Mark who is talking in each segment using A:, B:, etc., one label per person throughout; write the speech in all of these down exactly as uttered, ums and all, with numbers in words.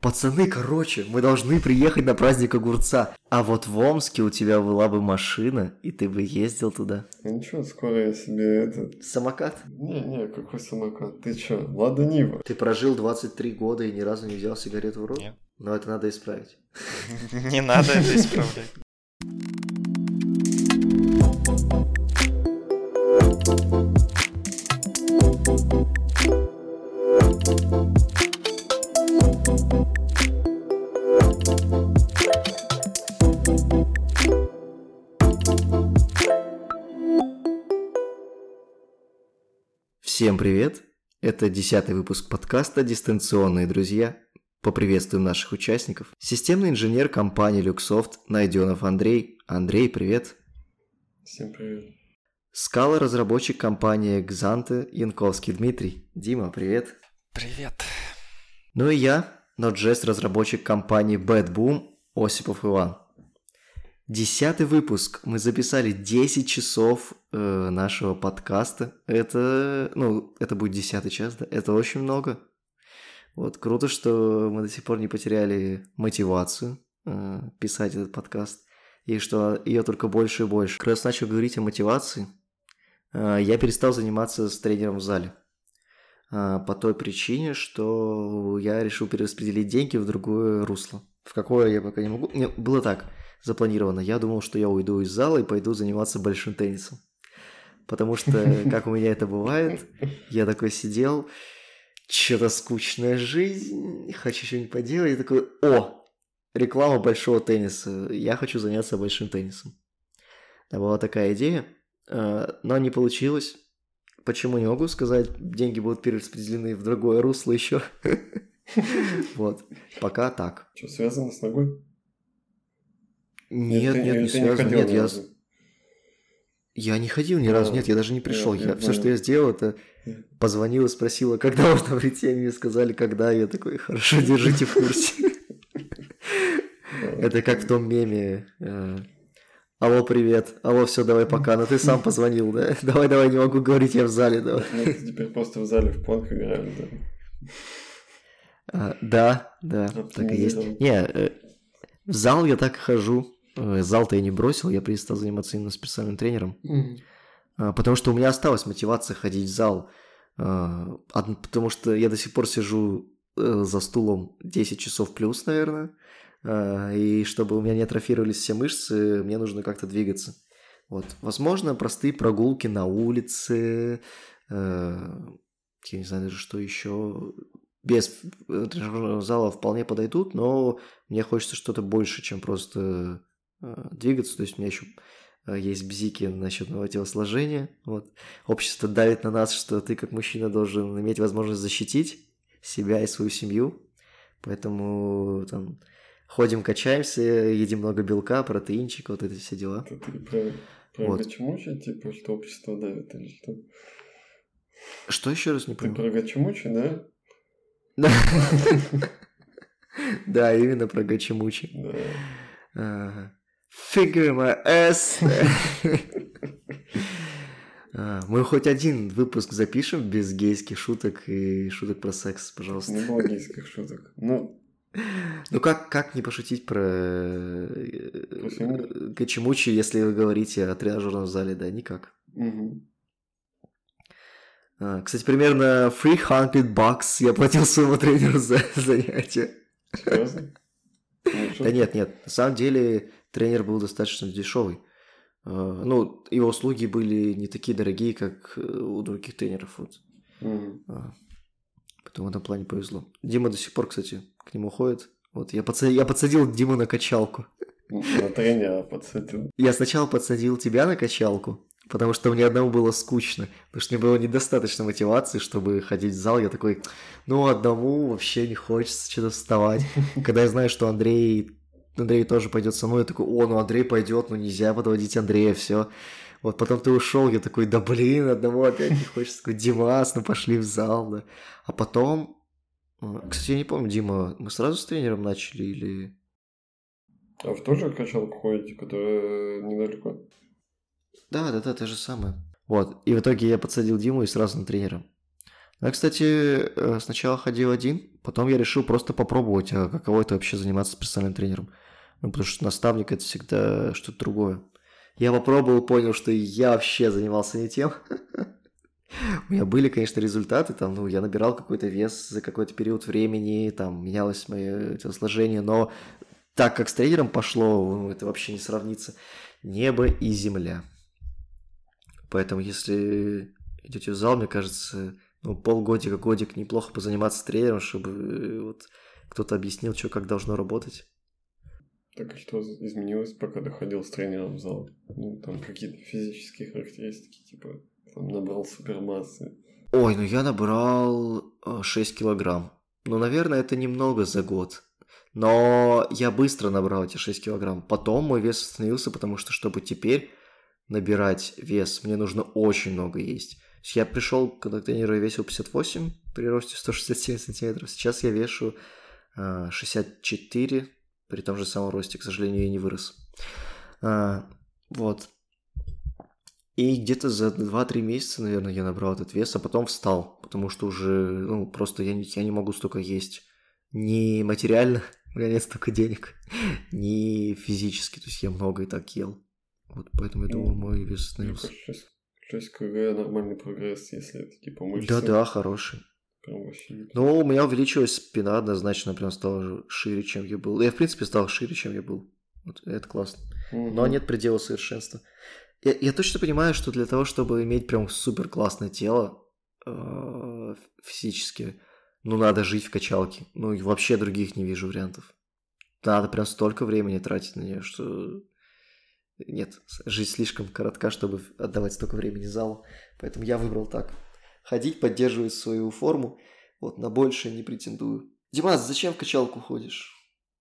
A: пацаны, короче, мы должны приехать на праздник огурца. А вот в Омске у тебя была бы машина, и ты бы ездил туда.
B: Ну ничего, скоро я себе этот...
A: Самокат?
B: Не-не, какой самокат? Ты чё, Лада Нива?
A: Ты прожил двадцать три года и ни разу не взял сигарету в рот?
C: Нет.
A: Но это надо исправить.
C: Не надо это исправлять.
A: Всем привет! Это десятый выпуск подкаста «Дистанционные друзья». Поприветствуем наших участников. Системный инженер компании Люксофт Найденов Андрей. Андрей, привет!
B: Всем привет!
A: Скала-разработчик компании Xante Янковский Дмитрий. Дима, привет!
C: Привет!
A: Ну и я, Node.js-разработчик компании Bad Boom Осипов Иван. Десятый выпуск. Мы записали десять часов э, нашего подкаста. Это, ну, это будет десятый час, да? Это очень много. Вот, круто, что мы до сих пор не потеряли мотивацию э, писать этот подкаст. И что ее только больше и больше. Когда я начал говорить о мотивации, э, я перестал заниматься с тренером в зале. Э, по той причине, что я решил перераспределить деньги в другое русло. В какое я пока не могу. Не, было так. Запланировано. Я думал, что я уйду из зала и пойду заниматься большим теннисом. Потому что, как у меня это бывает, я такой сидел, что-то скучная жизнь, хочу что-нибудь поделать, и такой, о, реклама большого тенниса, я хочу заняться большим теннисом. Это была такая идея, но не получилось. Почему, не могу сказать, деньги будут перераспределены в другое русло еще. Вот, пока так.
B: Что, связано с ногой?
A: Нет, нет, нет, не связано. Нет, я... я не ходил ни разу, нет, я даже не пришел. Я... Все, что я сделал, это позвонил и спросил, когда можно прийти, они мне сказали, когда. Я такой, хорошо, держите в курсе. Это как в том меме. Алло, привет. Алло, все, давай пока. Но ты сам позвонил, да? Давай, давай, не могу говорить, я в зале, давай.
B: Ну, теперь просто в зале в понг играли,
A: да? Да, да, так и есть. Не, в зал я так и хожу. Зал-то я не бросил, я перестал заниматься именно с персональным тренером. Mm-hmm. Потому что у меня осталась мотивация ходить в зал. Потому что я до сих пор сижу за стулом десять часов плюс, наверное. И чтобы у меня не атрофировались все мышцы, мне нужно как-то двигаться. Вот. Возможно, простые прогулки на улице. Я не знаю даже, что еще... Без тренажерного зала вполне подойдут, но мне хочется что-то больше, чем просто э, двигаться. То есть у меня еще э, есть бзики насчет моего телосложения. Вот. Общество давит на нас, что ты как мужчина должен иметь возможность защитить себя и свою семью. Поэтому там ходим, качаемся, едим много белка, протеинчик, вот эти все дела.
B: Это ты про, про вот. Гачимучи, типа, что общество давит или что?
A: Что еще раз не понял?
B: Ты про гачимучи, да?
A: Да, именно про гачимучи. Figure my ass. Мы хоть один выпуск запишем без гейских шуток и шуток про секс, пожалуйста.
B: Не было гейских шуток. Ну,
A: ну как, как не пошутить про гачимучи, если вы говорите о тренажерном зале, да, никак.
B: Угу.
A: Кстати, примерно триста баксов я платил своему тренеру за занятие.
B: Серьезно?
A: Да нет, нет. На самом деле тренер был достаточно дешевый. Ну, его услуги были не такие дорогие, как у других тренеров. Вот.
B: Mm.
A: Поэтому в этом плане повезло. Дима до сих пор, кстати, к нему ходит. Вот я подсадил, я подсадил Диму на качалку.
B: На тренера подсадил.
A: Я сначала подсадил тебя на качалку. Потому что мне одному было скучно, потому что мне было недостаточно мотивации, чтобы ходить в зал. Я такой, ну, одному вообще не хочется что-то вставать. Когда я знаю, что Андрей, Андрей тоже пойдет со мной, я такой, о, ну Андрей пойдет, ну нельзя подводить Андрея, все. Вот потом ты ушел, я такой, да блин, одному опять не хочется. Такой, Димас, ну пошли в зал, да. А потом, кстати, я не помню, Дима, мы сразу с тренером начали или...
B: А вы тоже качалку ходите, которая недалеко?
A: Да, да, да, то же самое. Вот. И в итоге я подсадил Диму и сразу на тренера. Я, кстати, э, сначала ходил один, потом я решил просто попробовать, а каково это вообще заниматься с персональным тренером. Ну, потому что наставник – это всегда что-то другое. Я попробовал, понял, что я вообще занимался не тем. У меня были, конечно, результаты, там, ну, я набирал какой-то вес за какой-то период времени, там, менялось мое телосложение, но так как с тренером пошло, ну, это вообще не сравнится. Небо и земля. Поэтому, если идете в зал, мне кажется, ну, полгодика, годик неплохо позаниматься с тренером, чтобы э, вот кто-то объяснил, что как должно работать.
B: Так и что изменилось, пока доходил с тренером в зал? Ну, там какие-то физические характеристики, типа, там набрал супермассы.
A: Ой, ну я набрал э, шесть килограмм. Ну, наверное, это немного за год. Но я быстро набрал эти шесть килограмм. Потом мой вес остановился, потому что, чтобы теперь набирать вес, мне нужно очень много есть. То есть я пришел, когда к тренеру я весил пятьдесят восемь при росте сто шестьдесят семь сантиметров. Сейчас я вешу э, шестьдесят четыре, при том же самом росте, к сожалению, я не вырос. А, вот. И где-то за два-три месяца, наверное, я набрал этот вес, а потом встал, потому что уже, ну, просто я не, я не могу столько есть. Ни материально, у меня нет столько денег, ни физически, то есть я много и так ел. Вот поэтому я думаю, мой вес остановился.
B: шесть килограмм нормальный прогресс, если это типа мышцы.
A: Да-да, хороший.
B: Прям вообще не...
A: Но у меня увеличилась спина однозначно, прям стала шире, чем я был. Я, в принципе, стал шире, чем я был. Вот, это классно.
B: Угу.
A: Но нет предела совершенства. Я, я точно понимаю, что для того, чтобы иметь прям супер классное тело э, физически, ну, надо жить в качалке. Ну, и вообще других не вижу вариантов. Надо прям столько времени тратить на нее, что... Нет, жизнь слишком коротка, чтобы отдавать столько времени залу. Поэтому я выбрал так. Ходить, поддерживать свою форму. Вот, на большее не претендую. Димас, зачем в качалку ходишь?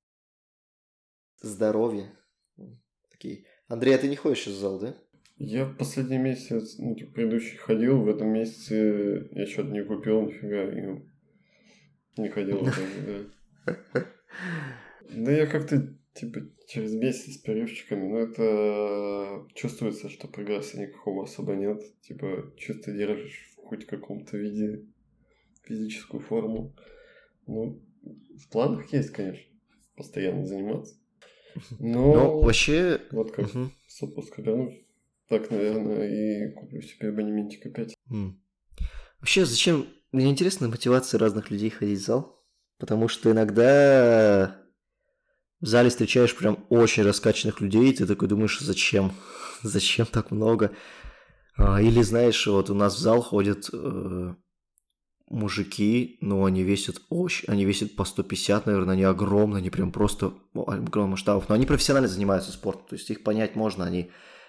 A: Здоровье. Такие. Андрей, а ты не ходишь в зал, да?
B: Я в последний месяц, ну, типа, предыдущий ходил, в этом месяце я что-то не купил, нифига, и не ходил в итоге, да. Да я как-то, типа, через месяц с перерывчиками, но это чувствуется, что прогресса никакого особо нет. Типа, чисто держишь в хоть каком-то виде физическую форму. Ну, в планах есть, конечно, постоянно заниматься. Но,
A: ну, вообще...
B: Вот как угу. с отпуска вернусь. Так, наверное, и куплю себе абонементик опять.
A: Mm. Вообще, зачем... Мне интересна мотивация разных людей ходить в зал. Потому что иногда в зале встречаешь прям очень раскачанных людей, и ты такой думаешь, зачем? Зачем так много? Или, знаешь, вот у нас в зал ходят э, мужики, но они весят очень... Они весят по сто пятьдесят, наверное, они огромные, они прям просто огромных масштабов. Но они профессионально занимаются спортом, то есть их понять можно, они...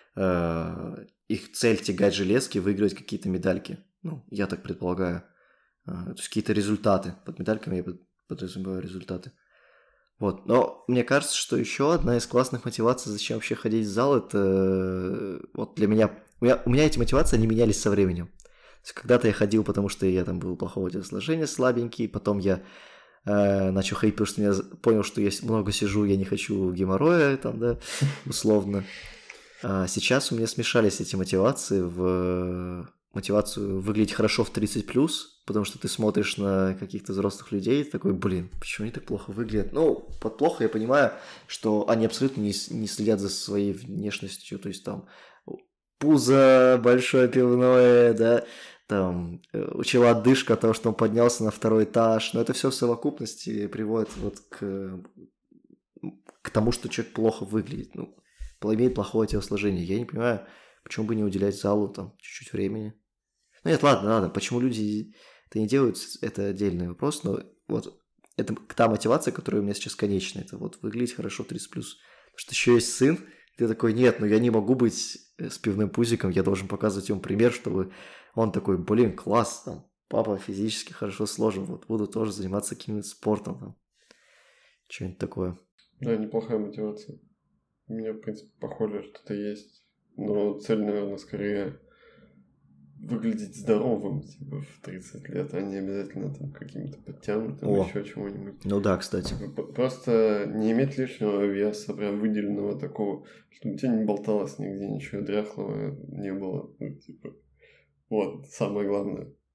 A: их цель тягать железки, выиграть какие-то медальки. Ну, я так предполагаю. То есть какие-то результаты. Под медальками я подразумеваю результаты. Вот. Но мне кажется, что еще одна из классных мотиваций, зачем вообще ходить в зал, это вот для меня... У меня, у меня эти мотивации, они менялись со временем. То есть когда-то я ходил, потому что я там был плохого телосложения, слабенький, потом я э, начал ходить, потому что я понял, что я много сижу, я не хочу геморроя, там, да, условно. Сейчас у меня смешались эти мотивации в мотивацию выглядеть хорошо в тридцать плюс, потому что ты смотришь на каких-то взрослых людей и такой, блин, почему они так плохо выглядят? Ну, под плохо я понимаю, что они абсолютно не, не следят за своей внешностью, то есть там пузо большое пивное, да, там учила отдышка от того, что он поднялся на второй этаж, но это все в совокупности приводит вот к, к тому, что человек плохо выглядит, ну, имеет плохое телосложение. Я не понимаю, почему бы не уделять залу там чуть-чуть времени. Ну нет, ладно, ладно, почему люди это не делают, это отдельный вопрос, но вот это та мотивация, которая у меня сейчас конечная, это вот выглядеть хорошо тридцать плюс. Потому что еще есть сын, и ты такой, нет, ну я не могу быть с пивным пузиком, я должен показывать ему пример, чтобы он такой, блин, класс, там, папа физически хорошо сложен, вот буду тоже заниматься каким-нибудь спортом, там, что-нибудь такое.
B: Да, неплохая мотивация. У меня, в принципе, похоже, что-то есть. Но цель, наверное, скорее выглядеть здоровым, типа, в тридцать лет, а не обязательно там каким-то подтянутым,
A: О,
B: еще чего-нибудь.
A: Ну да, кстати.
B: Просто не иметь лишнего веса, прям выделенного такого, чтобы у тебя не болталось нигде, ничего дряхлого не было. Ну, типа, вот, самое главное.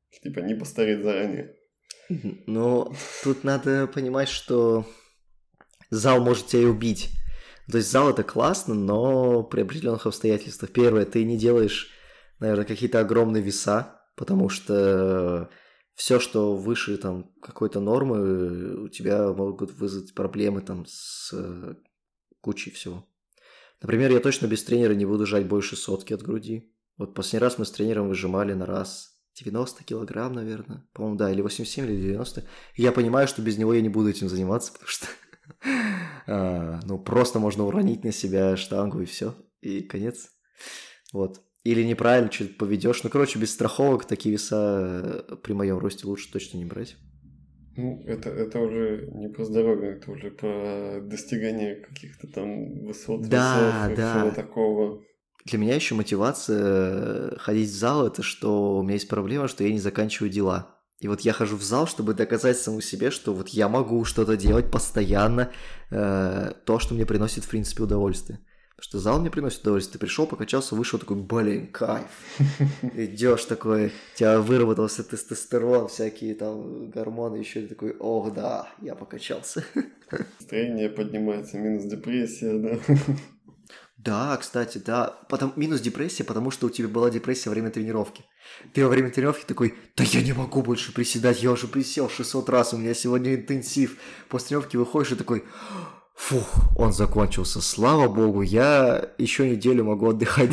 B: Типа не постареть заранее.
A: Но тут надо понимать, что зал может тебя и убить. То есть зал это классно, но при определенных обстоятельствах. Первое, ты не делаешь, наверное, какие-то огромные веса, потому что все, что выше там какой-то нормы, у тебя могут вызвать проблемы там с кучей всего. Например, я точно без тренера не буду жать больше сотки от груди. Вот последний раз мы с тренером выжимали на раз девяносто килограмм, наверное. По-моему, да, или восемьдесят семь, или девяносто. И я понимаю, что без него я не буду этим заниматься, потому что а, ну, просто можно уронить на себя штангу и все. И конец. Вот. Или неправильно что-то поведешь. Ну, короче, без страховок такие веса при моем росте лучше точно не брать.
B: Ну, это, это уже не про здоровье, это уже про достигание каких-то там высот,
A: да,
B: весов и
A: да.
B: всего такого.
A: Для меня еще мотивация ходить в зал, это что у меня есть проблема, что я не заканчиваю дела. И вот я хожу в зал, чтобы доказать самому себе, что вот я могу что-то делать постоянно, э, то, что мне приносит, в принципе, удовольствие. Потому что зал мне приносит удовольствие. Ты пришел, покачался, вышел, такой, блин, кайф. Идешь такой, у тебя выработался тестостерон, всякие там гормоны, еще ты такой, ох, да, я покачался.
B: Настроение поднимается, минус депрессия, да.
A: Да, кстати, да. Потом, минус депрессия, потому что у тебя была депрессия во время тренировки. Ты во время тренировки такой, да я не могу больше приседать, я уже присел шестьсот раз, у меня сегодня интенсив. После тренировки выходишь и такой, фух, он закончился, слава богу, я еще неделю могу отдыхать.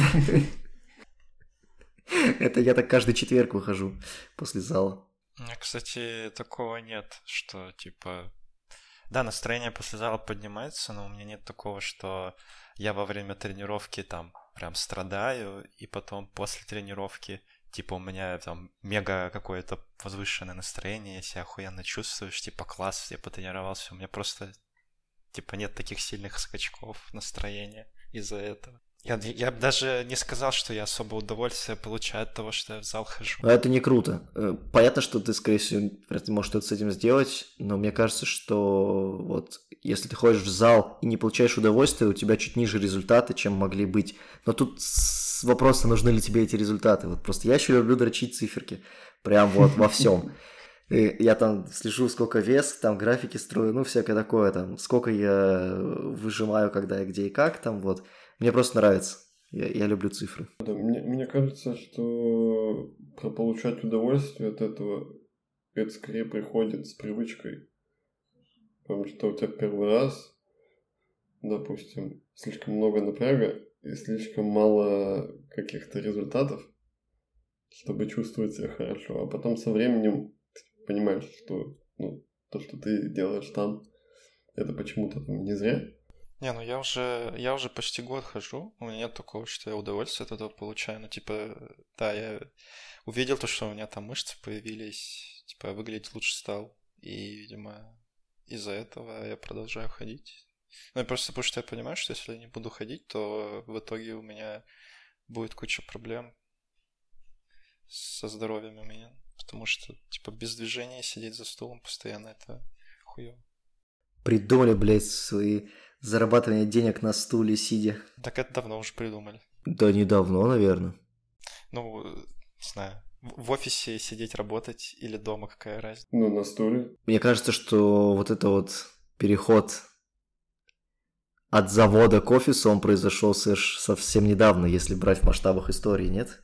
A: Это я так каждый четверг выхожу после зала.
C: У меня, кстати, такого нет, что типа... Да, настроение после зала поднимается, но у меня нет такого, что я во время тренировки там прям страдаю, и потом после тренировки, типа, у меня там мега какое-то возвышенное настроение, я себя охуенно чувствуешь, типа, класс, я потренировался, у меня просто, типа, нет таких сильных скачков настроения из-за этого. Я, я бы даже не сказал, что я особо удовольствие получаю от того, что я в зал хожу.
A: Но это не круто. Понятно, что ты, скорее всего, вряд ли можешь что-то с этим сделать, но мне кажется, что вот если ты ходишь в зал и не получаешь удовольствия, у тебя чуть ниже результаты, чем могли быть. Но тут вопрос, нужны ли тебе эти результаты. Вот просто я еще люблю дрочить циферки. Прям вот во всем. Я там слежу, сколько вес, там графики строю, ну, всякое такое, там, сколько я выжимаю, когда и где и как, там, вот. Мне просто нравится. Я, я люблю цифры.
B: Да, мне, мне кажется, что про получать удовольствие от этого, это скорее приходит с привычкой. Потому что у тебя первый раз, допустим, слишком много напряга и слишком мало каких-то результатов, чтобы чувствовать себя хорошо. А потом со временем ты понимаешь, что ну, то, что ты делаешь там, это почему-то там не зря.
C: Не, ну я уже, я уже почти год хожу, у меня нет такого, что я удовольствие от этого получаю, ну типа, да, я увидел то, что у меня там мышцы появились, типа, я выглядеть лучше стал, и, видимо, из-за этого я продолжаю ходить. Ну и просто потому что я понимаю, что если я не буду ходить, то в итоге у меня будет куча проблем со здоровьем у меня, потому что, типа, без движения сидеть за стулом постоянно, это хуёво.
A: Придумали, блядь, свои зарабатывание денег на стуле сидя.
C: Так это давно уже придумали.
A: Да недавно, наверное.
C: Ну, не знаю, в офисе сидеть, работать или дома, какая разница?
B: Ну, на стуле.
A: Мне кажется, что вот это вот переход от завода к офису, он произошел совсем недавно, если брать в масштабах истории, нет?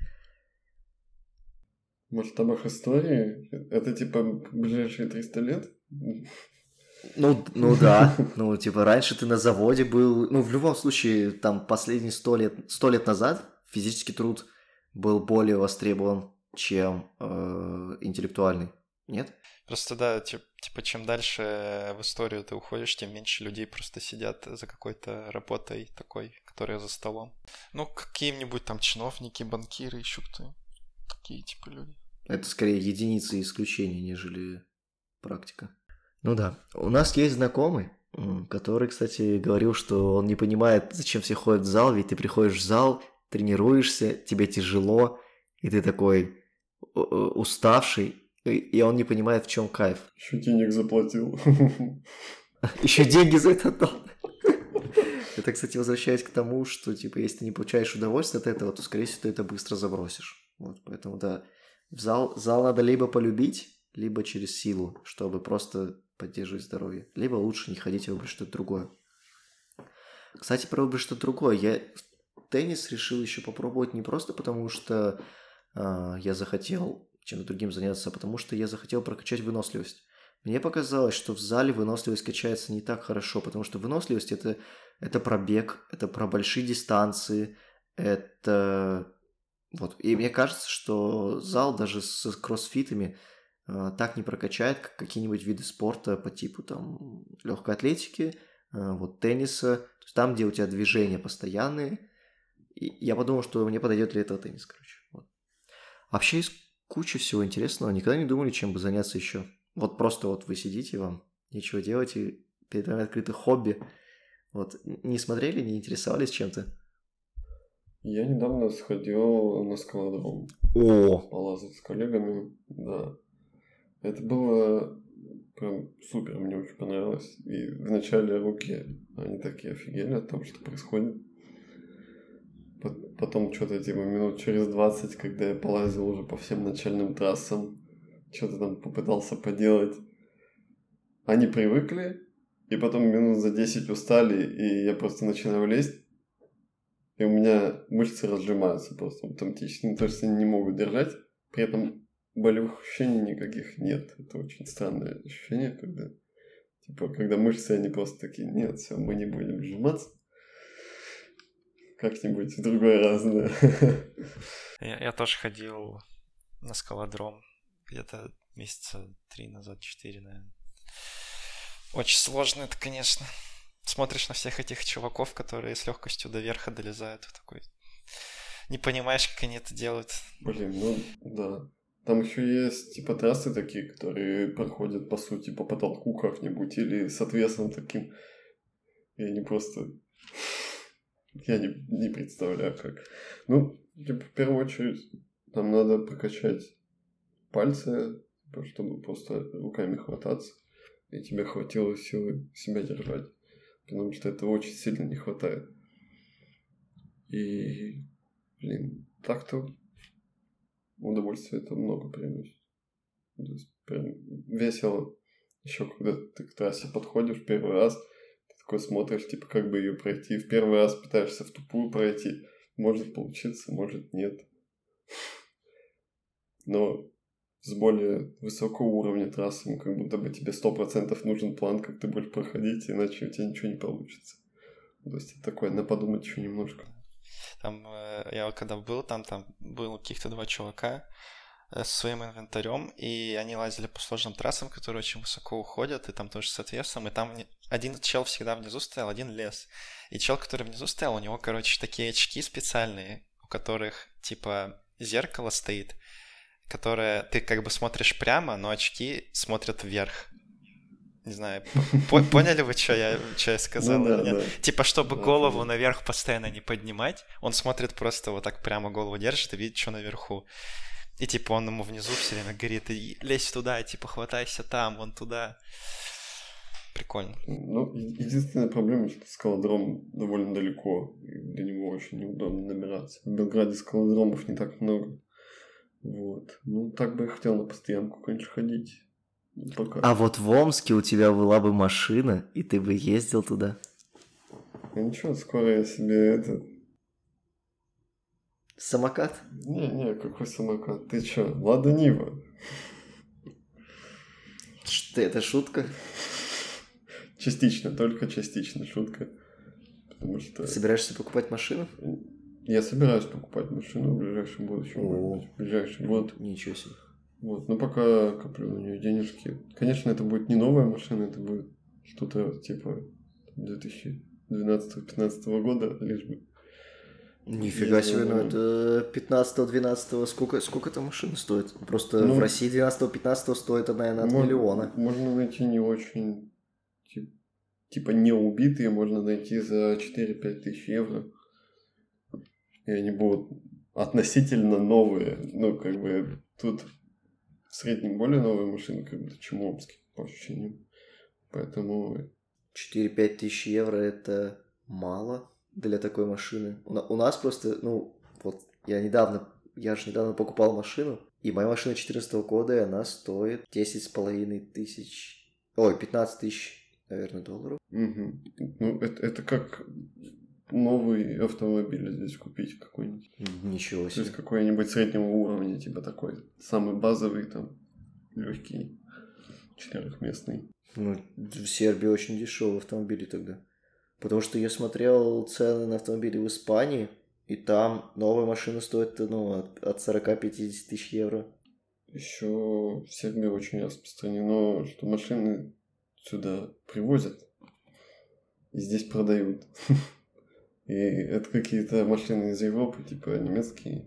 B: В масштабах истории? Это типа ближайшие триста лет?
A: Ну, ну да, ну типа раньше ты на заводе был, ну в любом случае там последние сто лет, сто лет назад физический труд был более востребован, чем э, интеллектуальный, нет?
C: Просто да, типа, типа чем дальше в историю ты уходишь, тем меньше людей просто сидят за какой-то работой такой, которая за столом. Ну, какие-нибудь там чиновники, банкиры, еще кто-нибудь. Такие типа люди.
A: Это скорее единицы и исключения, нежели практика. Ну да. У нас есть знакомый, который, кстати, говорил, что он не понимает, зачем все ходят в зал, ведь ты приходишь в зал, тренируешься, тебе тяжело, и ты такой уставший, и он не понимает, в чем кайф.
B: Еще денег заплатил.
A: Еще деньги за это дал. Это, кстати, возвращаясь к тому, что, типа, если ты не получаешь удовольствие от этого, то, скорее всего, ты это быстро забросишь. Вот, поэтому, да, В зал, зал надо либо полюбить, либо через силу, чтобы просто поддерживать здоровье. Либо лучше не ходить и выбрать что-то другое. Кстати, про выбрать что-то другое. Я теннис решил еще попробовать не просто потому, что э, я захотел чем-то другим заняться, а потому что я захотел прокачать выносливость. Мне показалось, что в зале выносливость качается не так хорошо, потому что выносливость это, это про бег, это про большие дистанции, это... Вот. И мне кажется, что зал даже с кроссфитами э, так не прокачает, как какие-нибудь виды спорта по типу там легкой атлетики, э, вот тенниса, то есть там, где у тебя движения постоянные. И я подумал, что мне подойдет для этого теннис, короче. Вот. Вообще есть куча всего интересного, никогда не думали, чем бы заняться еще. Вот просто вот вы сидите, вам нечего делать, и перед вами открыто хобби. Вот. Не смотрели, не интересовались чем-то?
B: Я недавно сходил на скалодром.
A: О!
B: Полазать с коллегами, да. Это было прям супер, мне очень понравилось. И вначале руки, они такие офигели от того, что происходит. Потом что-то типа минут через двадцать, когда я полазил уже по всем начальным трассам, что-то там попытался поделать. Они привыкли, и потом минут за десять устали, и я просто начинаю лезть. И у меня мышцы разжимаются просто автоматически. Ну, то есть они не могут держать. При этом болевых ощущений никаких нет. Это очень странное ощущение, когда... Типа, когда мышцы, они просто такие, нет, все, мы не будем сжиматься. Как-нибудь в другой раз, да.
C: Я, я тоже ходил на скалодром где-то месяца три назад, четыре, наверное. Очень сложно это, конечно. Смотришь на всех этих чуваков, которые с легкостью до верха долезают, такой не понимаешь, как они это делают.
B: Блин, ну да. Там еще есть типа трассы такие, которые проходят по сути по потолку как-нибудь или с отвесом таким. И они просто... Я не, не представляю, как. Ну, типа, в первую очередь, нам надо прокачать пальцы, типа, чтобы просто руками хвататься, и тебе хватило силы себя держать. Потому что этого очень сильно не хватает. И, блин, так-то удовольствие это много приносит. То есть, прям весело. Еще когда ты к трассе подходишь в первый раз, ты такой смотришь, типа, как бы ее пройти. В первый раз пытаешься в тупую пройти. Может получиться, может нет. Но с более высокого уровня трассы, как будто бы тебе сто процентов нужен план, как ты будешь проходить, иначе у тебя ничего не получится. То есть это такое, на подумать еще немножко.
C: Там, я когда был там, там было каких-то два чувака со своим инвентарем, и они лазили по сложным трассам, которые очень высоко уходят, и там тоже с отвесом, и там один чел всегда внизу стоял, один лез. И чел, который внизу стоял, у него, короче, такие очки специальные, у которых, типа, зеркало стоит, которое ты как бы смотришь прямо, но очки смотрят вверх. Не знаю, поняли вы, что я, что я сказал?
B: Ну, да,
C: или нет?
B: да.
C: Типа, чтобы
B: Да,
C: голову
B: да.
C: наверх постоянно не поднимать, он смотрит просто вот так прямо голову держит и видит, что наверху. И типа он ему внизу все время говорит, и лезь туда, и, типа хватайся там, вон туда. Прикольно.
B: Ну, е- единственная проблема, что скалодром довольно далеко, и до него очень неудобно добираться. В Белграде скалодромов не так много. Вот. Ну, так бы я хотел на постоянку, конечно, ходить. Пока.
A: А вот в Омске у тебя была бы машина, и ты бы ездил туда.
B: Ну ничего, скоро я себе это...
A: Самокат?
B: Не-не, какой самокат? Ты чё, Лада Нива?
A: Что, это шутка?
B: Частично, только частично шутка. Потому что...
A: Ты собираешься покупать машину?
B: Я собираюсь покупать машину в ближайшем будущем.
A: О.
B: может быть, В ближайший год.
A: Ничего себе.
B: Вот, но пока коплю на нее денежки. Конечно, это будет не новая машина, это будет что-то типа две тысячи двенадцатого-пятнадцатого года, лишь бы.
A: Нифига
B: Я
A: себе, ну
B: знаю.
A: это пятнадцатого-двенадцатого, сколько, сколько там машина стоит? Просто
B: Ну,
A: в России двенадцатого-пятнадцатого стоит, наверное, от
B: Мон-
A: миллиона.
B: Можно найти не очень, тип- типа не убитые, можно найти за четыре-пять тысяч евро. И они будут относительно новые. Ну, как бы тут в среднем более новые машины, как бы, чем Омске, по ощущениям. Поэтому
A: четыре-пять тысяч евро это мало для такой машины. У, на- у нас просто, ну, вот я недавно, я же недавно покупал машину, И моя машина четырнадцатого года, и она стоит десять с половиной тысяч... Ой, пятнадцать тысяч, наверное, долларов.
B: Угу. Ну, это, это как новый автомобиль здесь купить какой-нибудь.
A: Ничего
B: То
A: себе.
B: есть какой-нибудь среднего уровня, типа такой. Самый базовый, там, легкий, четырехместный.
A: Ну, в Сербии очень дешевые автомобили тогда. Потому что я смотрел цены на автомобили в Испании, и там новая машина стоит, ну, от, от сорок-пятьдесят тысяч евро.
B: Еще в Сербии очень распространено, что машины сюда привозят и здесь продают. И это какие-то машины из Европы, типа немецкие.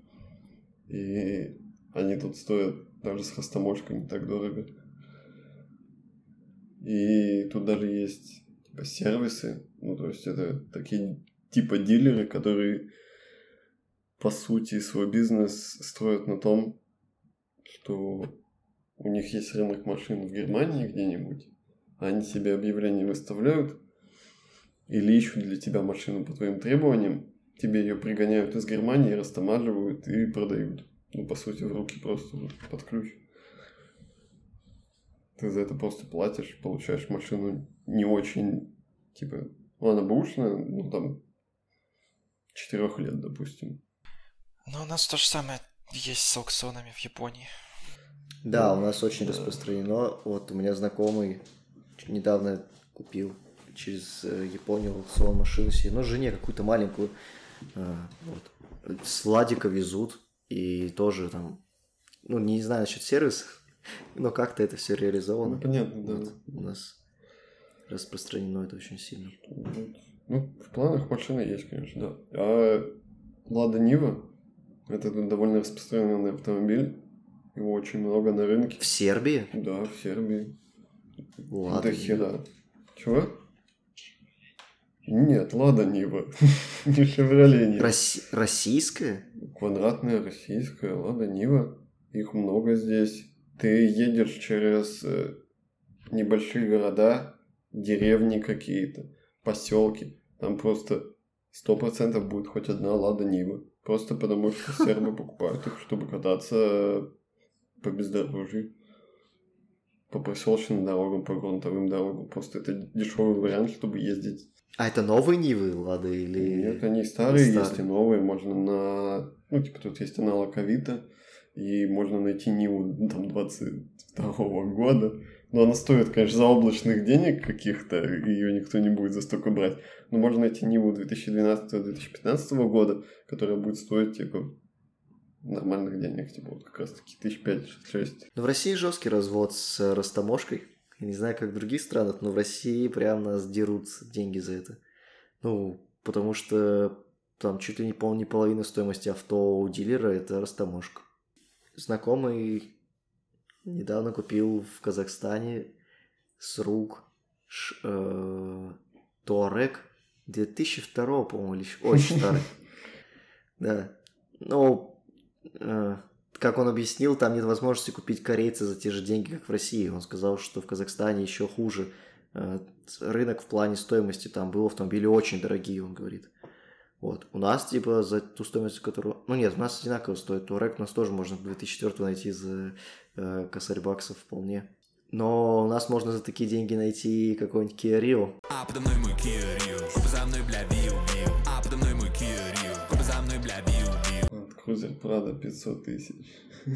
B: И они тут стоят даже с растаможкой не так дорого. И тут даже есть типа сервисы. Ну, то есть это такие типа дилеры, которые по сути свой бизнес строят на том, что у них есть рынок машин в Германии где-нибудь, а они себе объявления выставляют или ищут для тебя машину по твоим требованиям, тебе ее пригоняют из Германии, растамаживают и продают. Ну, по сути, в руки просто под ключ. Ты за это просто платишь, получаешь машину не очень, типа, ну, она бэушная, ну, там, четырех лет, допустим.
C: Ну, у нас то же самое есть с аукционами в Японии.
A: Да, у нас очень
B: Да.
A: распространено. Вот у меня знакомый недавно купил через э, Японию аукцион машину себе, ну, жене какую-то маленькую, э, вот, с Владика везут, и тоже там, ну, не знаю насчет сервиса, но как-то это все реализовано.
B: Ну, понятно, да.
A: Вот, у нас распространено это очень сильно.
B: Вот. Ну, в планах машины есть, конечно, да. А Лада Нива – это довольно распространенный автомобиль. Его очень много на рынке.
A: В Сербии?
B: Да, в Сербии.
A: Лада
B: До
A: Нива.
B: хера. Чего? Нет, Лада Нива. Не Шевроле Нива.
A: Росси- Российская?
B: Квадратная российская Лада Нива. Их много здесь. Ты едешь через э, небольшие города, деревни какие-то, поселки. Там просто сто процентов будет хоть одна Лада Нива. Просто потому, что сербы покупают их, чтобы кататься по бездорожью. По проселочным дорогам, по грунтовым дорогам. Просто это дешевый вариант, чтобы ездить.
A: А это новые Нивы, Лада, или...
B: Нет, они старые,
A: старые?
B: есть и новые. Можно на... Ну, типа, тут есть аналог Авито. И можно найти Ниву там двадцать второго года. Но она стоит, конечно, заоблачных денег каких-то. И ее никто не будет за столько брать. Но можно найти Ниву две тысячи двенадцатого - две тысячи пятнадцатого года, которая будет стоить, типа, нормальных денег. Типа, вот как раз-таки тысяч пять-шесть.
A: Ну, в России жесткий развод с э, растаможкой. Я не знаю, как в других странах, но в России прям нас дерут деньги за это. Ну, потому что там чуть ли не, пол, не половина стоимости авто у дилера – это растаможка. Знакомый недавно купил в Казахстане с рук ш, э, Туарек две тысячи второго, по-моему, или ещё- очень старый. Да. Ну, э, как он объяснил, там нет возможности купить корейца за те же деньги, как в России. Он сказал, что в Казахстане еще хуже. Э, рынок в плане стоимости, там был автомобили очень дорогие, он говорит. Вот. У нас, типа, за ту стоимость, которую... Ну, нет, у нас одинаково стоит. Туарек у нас тоже можно две тысячи четвёртого найти за э, косарь баксов вполне. Но у нас можно за такие деньги найти какой-нибудь Kia Rio.
D: А подо мной мой Kia Rio, купи за мной, бля, виу, виу. А подо мной мой Kia Rio, купи за мной, бля, виу, виу.
B: Вот, Крузер Прада пятьсот тысяч.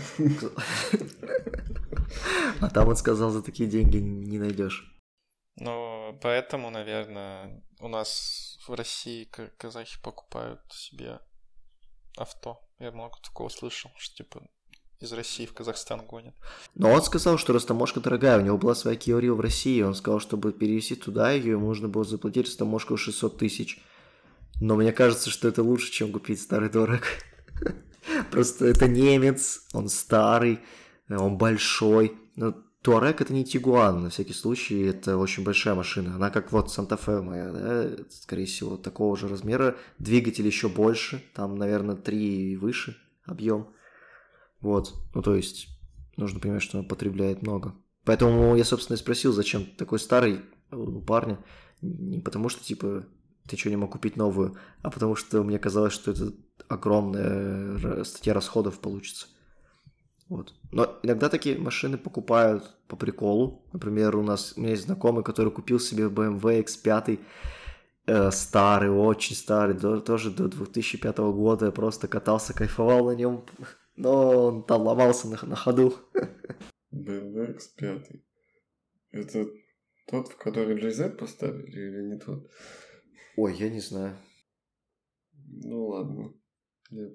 A: А там он сказал, за такие деньги не найдешь.
C: Ну, поэтому, наверное, у нас в России к- казахи покупают себе авто. Я много такого слышал, что типа из России в Казахстан гонят.
A: Но он сказал, что растаможка дорогая. У него была своя Kia Rio в России. Он сказал, чтобы перевезти туда ее, ему нужно было заплатить растаможку шестьсот тысяч. Но мне кажется, что это лучше, чем купить старый дорог. Просто это немец, он старый, он большой. Но Туарек это не Тигуан, на всякий случай, это очень большая машина. Она как вот Санта-Фе моя, да, скорее всего, такого же размера. Двигатель еще больше, там, наверное, три и выше объем. Вот, ну то есть, нужно понимать, что он потребляет много. Поэтому я, собственно, и спросил, зачем такой старый у парня. Не потому что, типа, ты что, не мог купить новую, а потому что мне казалось, что это огромная статья расходов получится. Вот. Но иногда такие машины покупают по приколу. Например, у нас у меня есть знакомый, который купил себе бэ эм вэ икс пять, э, старый, очень старый, до, тоже до две тысячи пятого года. Просто катался, кайфовал на нем, но он там ломался на, на ходу.
B: бэ эм вэ икс пять. Это тот, в который джей зет поставили, или не тот?
A: Ой, я не знаю.
B: Ну ладно. Нет.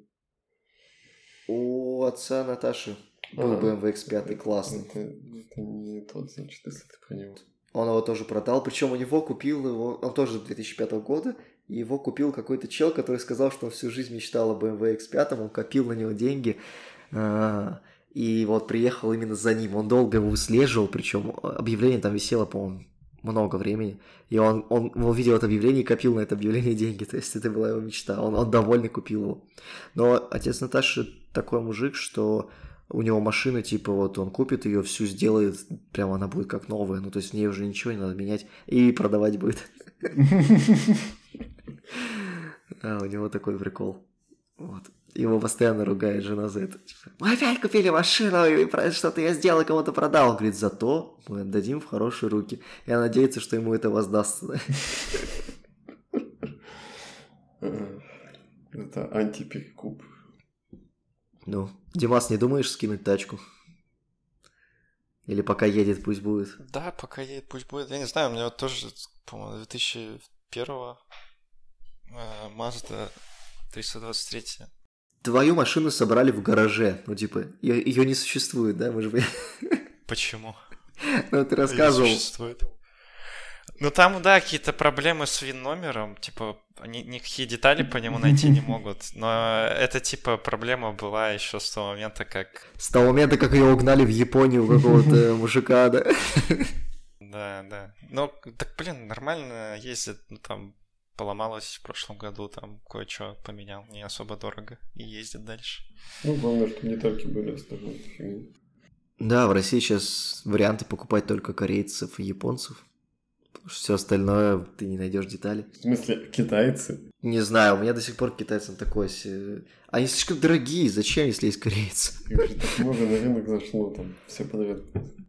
A: У отца Наташи был
B: А,
A: бэ эм вэ икс пять классный.
B: Это, это не тот, значит, если ты про него.
A: Он его тоже продал, причем у него купил его, он тоже две тысячи пятого года, и его купил какой-то чел, который сказал, что он всю жизнь мечтал о бэ эм вэ икс пять, он копил на него деньги, и вот приехал именно за ним. Он долго его выслеживал, причем объявление там висело, по-моему, много времени, и он, он, он увидел это объявление и копил на это объявление деньги, то есть это была его мечта, он, он довольный купил его. Но отец Наташи такой мужик, что у него машина, типа, вот он купит ее, всю сделает, прямо она будет как новая, ну, то есть в ней уже ничего не надо менять, и продавать будет. А, у него такой прикол. Вот. Его постоянно ругает жена за это. Мы опять купили машину, и что-то я сделал, кому-то продал. Он говорит, зато мы отдадим в хорошие руки. Я надеюсь, что ему это воздастся.
B: Это антиперекуп.
A: Ну, Димас, не думаешь скинуть тачку? Или пока едет, пусть будет?
C: Да, пока едет, пусть будет. Я не знаю, у меня вот тоже, по-моему, две тысячи первого Mazda триста двадцать три.
A: Твою машину собрали в гараже. Ну, типа, ее не существует, да? Мы же...
C: Почему?
A: Ну, ты рассказывал.
C: Её существует. Ну, там, да, какие-то проблемы с ВИН-номером. Типа, они никакие детали по нему найти не могут. Но это, типа, проблема была еще с того момента, как...
A: С того момента, как ее угнали в Японию какого-то мужика, да?
C: Да, да. Ну, так, блин, нормально ездит. Ну, там... Поломалось в прошлом году, там кое-что поменял, не особо дорого, и ездит дальше.
B: Ну, главное, чтобы детальки были осторожны.
A: Да, в России сейчас варианты покупать только корейцев и японцев. Потому что все остальное ты не найдешь детали.
B: В смысле, китайцы?
A: Не знаю, у меня до сих пор китайцам такое... Они слишком дорогие, зачем, если есть корейцы?
B: Их же так много на рынок зашло, там все подряд.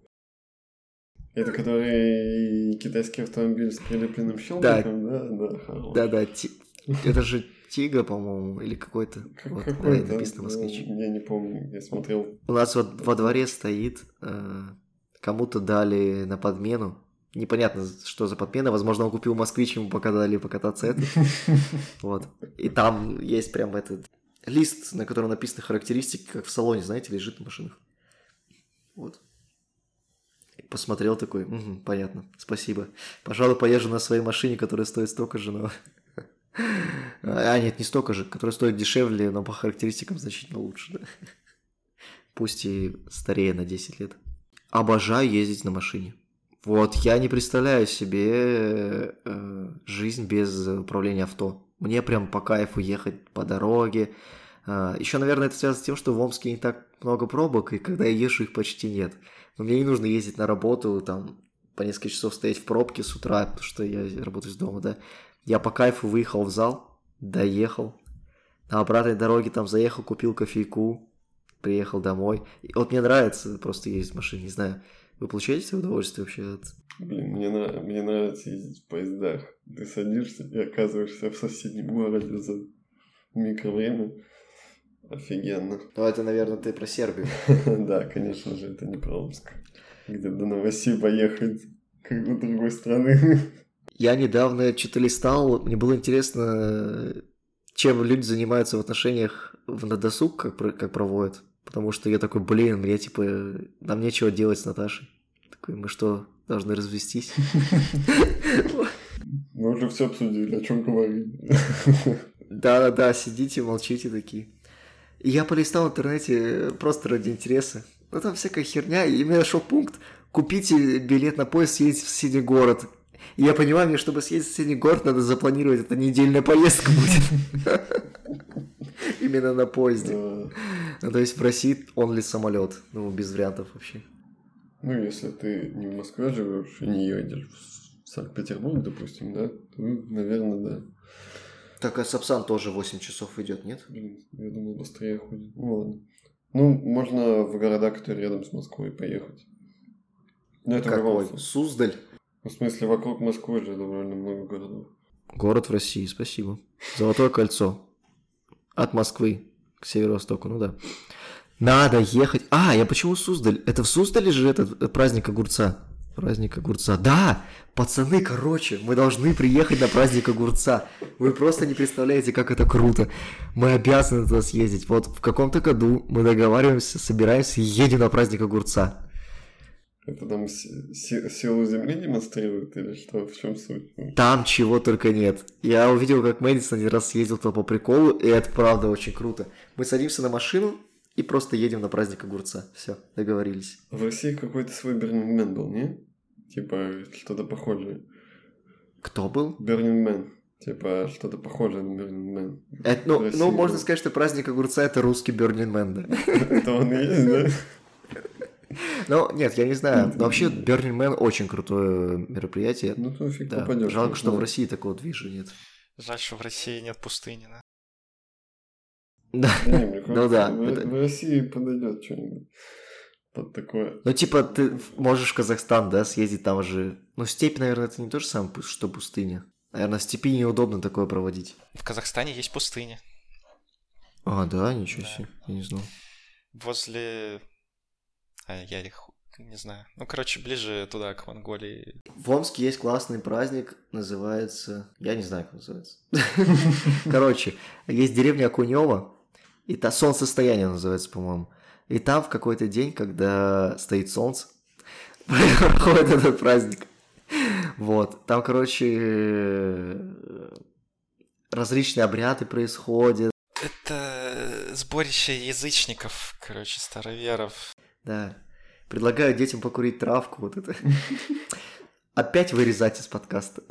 B: Это который китайский автомобиль с прилепленным щелком, да? Да, да, хорош.
A: Да-да, ти... это же Тига, по-моему, или какой-то.
B: Как,
A: вот,
B: какой-то,
A: написано москвич.
B: Я не помню, я смотрел.
A: У нас вот во дворе стоит, э, кому-то дали на подмену. Непонятно, что за подмена. Возможно, он купил москвич, ему пока дали покататься этот. Вот. И там есть прям этот лист, на котором написаны характеристики, как в салоне, знаете, лежит в машинах. Вот. Посмотрел такой, угу, понятно, спасибо. Пожалуй, поезжу на своей машине, которая стоит столько же, но... А, нет, не столько же, которая стоит дешевле, но по характеристикам значительно лучше, да. Пусть и старее на десять лет. Обожаю ездить на машине. Вот, я не представляю себе э, жизнь без управления авто. Мне прям по кайфу ехать по дороге. Э, еще, наверное, это связано с тем, что в Омске не так много пробок, и когда я езжу, их почти нет. Но мне не нужно ездить на работу, там, по несколько часов стоять в пробке с утра, потому что я работаю с дома, да. Я по кайфу выехал в зал, доехал, на обратной дороге там заехал, купил кофейку, приехал домой. И вот мне нравится просто ездить в машине, не знаю, вы получаете удовольствие вообще от...
B: Блин, мне, на... мне нравится ездить в поездах. Ты садишься и оказываешься в соседнем городе за микровремя. Офигенно.
A: Ну, это, наверное, ты про Сербию.
B: Да, конечно же, это не про Омск. Где до Новосиба ехать, как бы другой страны.
A: Я недавно что-то листал, мне было интересно, чем люди занимаются в отношениях на досуг, как, как проводят. Потому что я такой, блин, мне типа, нам нечего делать с Наташей. Такой, мы что, должны развестись?
B: Мы уже все обсудили, о чем говорить.
A: Да-да-да, сидите, молчите такие. И я полистал в интернете просто ради интереса. Ну там всякая херня, и мне нашел пункт: купите билет на поезд, съездите в соседний город. И я понимаю, мне, чтобы съездить в соседний город, надо запланировать, это недельная поездка будет. Именно на поезде. Ну, то есть в России он ли самолет? Ну, без вариантов вообще.
B: Ну, если ты не в Москве живешь и не едешь в Санкт-Петербург, допустим, да, то, наверное, да.
A: Так, а Сапсан тоже восемь часов идет, нет?
B: Блин, я думал, быстрее ходит. Ну, ладно. Ну, можно в города, которые рядом с Москвой, поехать. Ну, это в любом
A: Какой?
B: случае.
A: Суздаль?
B: В смысле, вокруг Москвы же довольно много городов.
A: Город в России, спасибо. Золотое кольцо. От Москвы к северо-востоку, ну да. Надо ехать. А, я почему Суздаль? Это в Суздале же этот праздник огурца? Праздник огурца. Да, пацаны, короче, мы должны приехать на праздник огурца. Вы просто не представляете, как это круто. Мы обязаны туда съездить. Вот в каком-то году мы договариваемся, собираемся и едем на праздник огурца.
B: Это там си- си- силу земли демонстрируют или что? В чем суть?
A: Там чего только нет. Я увидел, как Мэдисон один раз съездил туда по приколу, и это правда очень круто. Мы садимся на машину и просто едем на праздник огурца. Все, договорились.
B: В России какой-то свой Burning Man был, не? Типа что-то похожее.
A: Кто был?
B: Burning Man. Типа что-то похожее на Burning Man.
A: Это, ну,
B: В России
A: ну, можно
B: был.
A: сказать, что праздник огурца – это русский Burning Man, да?
B: Это он и есть, да?
A: Ну, нет, я не знаю. Но вообще, Burning Man очень крутое мероприятие.
B: Ну, то фиг
A: Да.
B: попадешь.
A: Жалко, что
B: да.
A: в России такого движа нет.
C: Жаль, что в России нет пустыни, да?
A: Да.
B: Да не, мне
A: Ну
B: кажется,
A: да,
B: в,
A: это-
B: в России подойдет что-нибудь под такое.
A: Ну, типа, ты можешь в Казахстан, да, съездить там же. Ну, степь, наверное, это не то же самое, пу- что пустыня. Наверное, в степи неудобно такое проводить.
C: В Казахстане есть пустыня.
A: А, да, ничего
C: Да.
A: себе, я не знал.
C: Возле... А, я их не знаю. Ну, короче, ближе туда, к Монголии.
A: В Омске есть классный праздник, называется... Я не знаю, как называется. Короче, есть деревня Окунева, и та солнцестояние называется, по-моему. И там в какой-то день, когда стоит солнце, проходит этот праздник. Вот. Там, короче, различные обряды происходят.
C: Это сборище язычников, короче, староверов.
A: Да. Предлагаю детям покурить травку. Вот это. Опять вырезать из подкаста.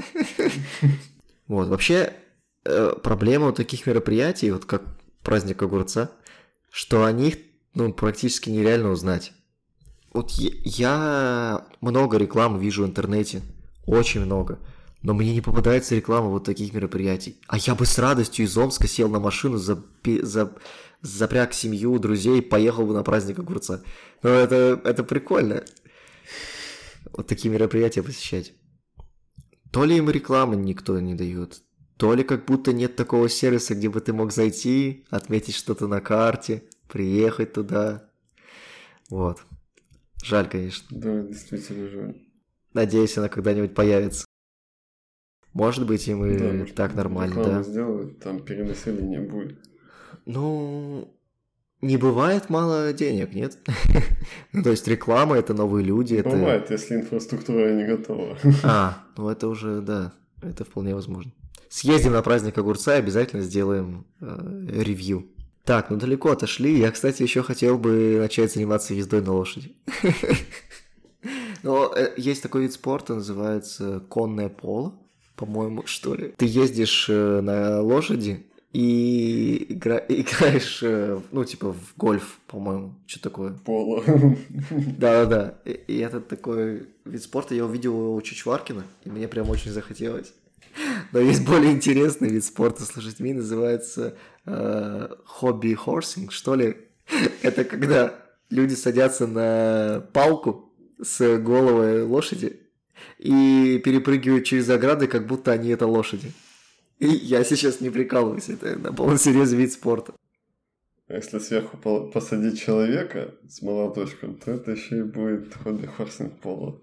A: Вот. Вообще, э, проблема у таких мероприятий, вот как праздник огурца, что о них, ну, практически нереально узнать. Вот я, я много рекламы вижу в интернете, очень много, но мне не попадается реклама вот таких мероприятий. А я бы с радостью из Омска сел на машину, запи- за- запряг семью, друзей, поехал бы на праздник огурца. Ну, это, это прикольно. Вот такие мероприятия посещать. То ли им рекламы никто не дает, то ли как будто нет такого сервиса, где бы ты мог зайти, отметить что-то на карте, приехать туда. Вот. Жаль, конечно.
B: Да, действительно жаль.
A: Надеюсь, она когда-нибудь появится. Может быть, и мы
B: Да, может,
A: так нормально,
B: рекламу
A: да?
B: сделают, там перенаселения будет.
A: Ну, не бывает мало денег, нет? Ну, то есть реклама — это новые люди, это...
B: Бывает, если инфраструктура не готова.
A: А, ну это уже, да, это вполне возможно. Съездим на праздник огурца и обязательно сделаем э, ревью. Так, ну далеко отошли. Я, кстати, еще хотел бы начать заниматься ездой на лошади. Но э, есть такой вид спорта, называется конное поло, по-моему, что ли. Ты ездишь э, на лошади и игра- играешь, э, ну, типа, в гольф, по-моему, что такое.
B: Поло.
A: Да-да-да. И, и это такой вид спорта, я увидел его у Чичваркина, и мне прям очень захотелось. Но есть более интересный вид спорта с лошадьми, называется э, хобби-хорсинг, что ли. Это когда люди садятся на палку с головой лошади и перепрыгивают через ограды, как будто они это лошади. И я сейчас не прикалываюсь, это на полном серьезе вид спорта.
B: А если сверху по- посадить человека с молоточком, то это еще и будет хобби-хорсинг поло.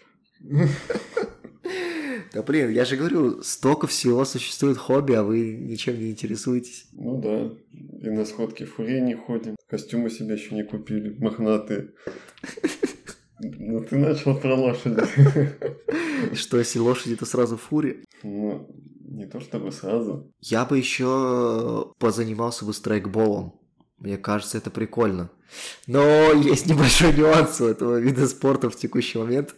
A: Да блин, я же говорю, столько всего существует хобби, а вы ничем не интересуетесь.
B: Ну да, и на сходки фурии не ходим, костюмы себе еще не купили, мохнатые. Ну ты начал про лошади.
A: И что, если лошади, то сразу фури?
B: Ну, не то чтобы сразу.
A: Я бы еще позанимался бы страйкболом. Мне кажется, это прикольно. Но есть небольшой нюанс у этого вида спорта в текущий момент.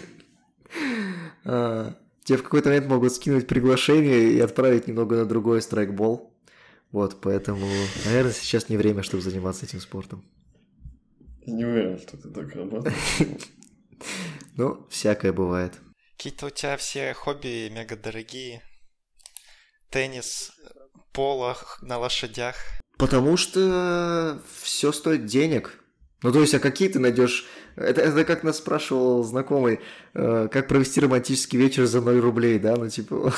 A: А, Тебе в какой-то момент могут скинуть приглашение и отправить немного на другой страйкбол. Вот, поэтому, наверное, сейчас не время, чтобы заниматься этим спортом.
B: Я не уверен, что ты так работаешь.
A: Ну, всякое бывает.
C: Какие-то у тебя все хобби мега дорогие. Теннис, поло на лошадях.
A: Потому что все стоит денег. Ну, то есть, а какие ты найдешь? Это, это как нас спрашивал знакомый, э, как провести романтический вечер за ноль рублей, да? Ну, типа...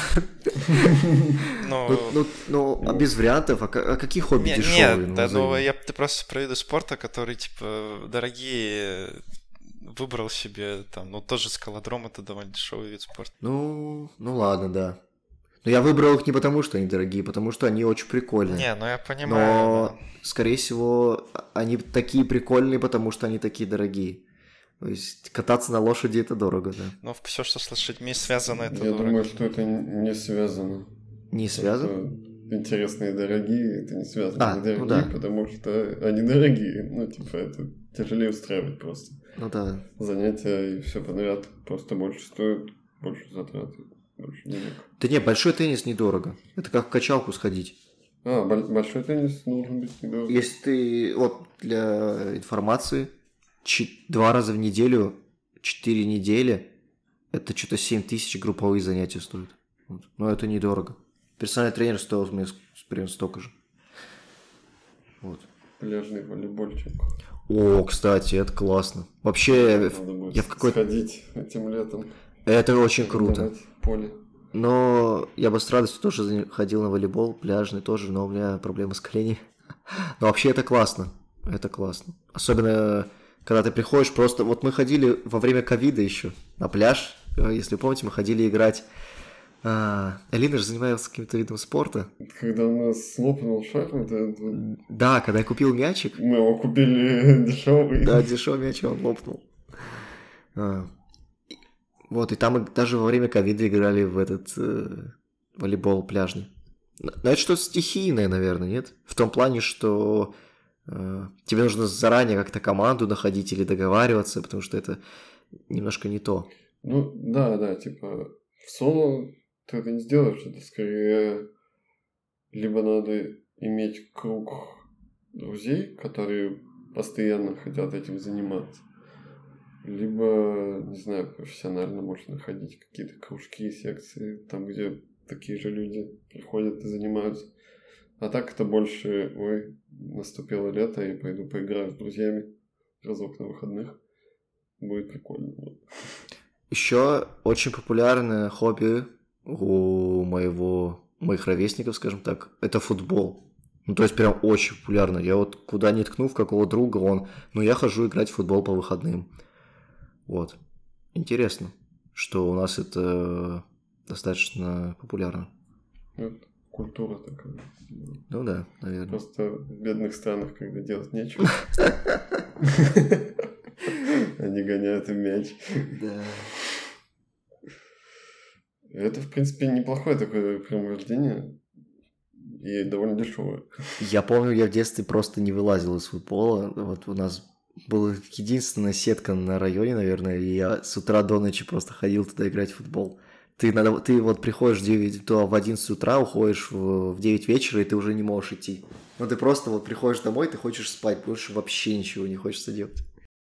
C: Ну,
A: Ну, ну, ну, а без вариантов? А, ка- а какие хобби
C: не-
A: дешевые?
C: нет,
A: Ну,
C: да, ну,
A: назови.
C: я ты просто про виды спорта, которые, типа, дорогие, выбрал себе, там, ну, тоже скалодром — это довольно дешевый вид спорта.
A: Ну, ну ладно, да. Но я выбрал их не потому, что они дорогие, потому что они очень прикольные.
C: Не, ну я понимаю,
A: Но, скорее всего, они такие прикольные, потому что они такие дорогие. То есть кататься на лошади это дорого, да.
C: да. Но все, что с лошадьми связано, это
B: Я
C: дорого.
B: думаю, что это не связано.
A: Не связано?
B: Что интересные дорогие, это не связано.
A: А,
B: Они
A: ну
B: дорогие,
A: да.
B: потому что они дорогие. Ну, типа, это тяжелее устраивать просто.
A: Ну да.
B: Занятия и все подряд просто больше стоят, больше затрат, больше денег.
A: Да не, большой теннис недорого. Это как в качалку сходить.
B: А, боль- большой теннис должен быть недорого.
A: Если ты, вот для информации, чи- два раза в неделю, четыре недели, это что-то семь тысяч групповые занятия стоят. Вот. Но это недорого. Персональный тренер стоил мне с- примерно столько же. Вот.
B: Пляжный волейбольчик.
A: О, кстати, это классно. Вообще, в-
B: Надо будет
A: я в какой-то...
B: сходить этим летом.
A: Это очень круто.
B: арендовать поле.
A: Но я бы с радостью тоже за- ходил на волейбол, пляжный тоже, но у меня проблемы с коленями. Но вообще это классно. Это классно. Особенно, когда ты приходишь просто... Вот мы ходили во время ковида еще на пляж. Э, Если помните, мы ходили играть... А, Алина же занималась каким-то видом спорта.
B: Когда у нас лопнул шар, вот этот вот,
A: Да, когда я купил мячик,
B: мы его купили дешевый.
A: да, дешевый мяч, он лопнул. А, и- Вот, и там и даже во время ковида играли в этот э, волейбол пляжный. Но но это что-то стихийное, наверное, нет? В том плане, что э, тебе нужно заранее как-то команду находить или договариваться, потому что это немножко не то.
B: Ну, да, да, типа, в соло ты это не сделаешь, это скорее либо надо иметь круг друзей, которые постоянно хотят этим заниматься, либо, не знаю, профессионально можно ходить в какие-то кружки, секции, там, где такие же люди приходят и занимаются. А так это больше, ой, наступило лето, и пойду поиграю с друзьями разок на выходных. Будет прикольно. Вот.
A: Еще очень популярное хобби у моего, моих ровесников, скажем так, это футбол. Ну, то есть прям очень популярно. Я вот куда ни ткну, в какого друга он, ну, я хожу играть в футбол по выходным. Вот. Интересно, что у нас это достаточно популярно.
B: Вот культура такая.
A: Ну да, наверное.
B: Просто в бедных странах, когда делать нечего, они гоняют им мяч.
A: Да.
B: Это, в принципе, неплохое такое пряморождение и довольно дешевое.
A: Я помню, я в детстве просто не вылазил из футбола. Вот у нас была единственная сетка на районе, наверное, и я с утра до ночи просто ходил туда играть в футбол. Ты, надо, ты вот приходишь в, девять, то в одиннадцать утра, уходишь в, в девять вечера, и ты уже не можешь идти. Ну ты просто вот приходишь домой, ты хочешь спать, больше вообще ничего не хочется делать.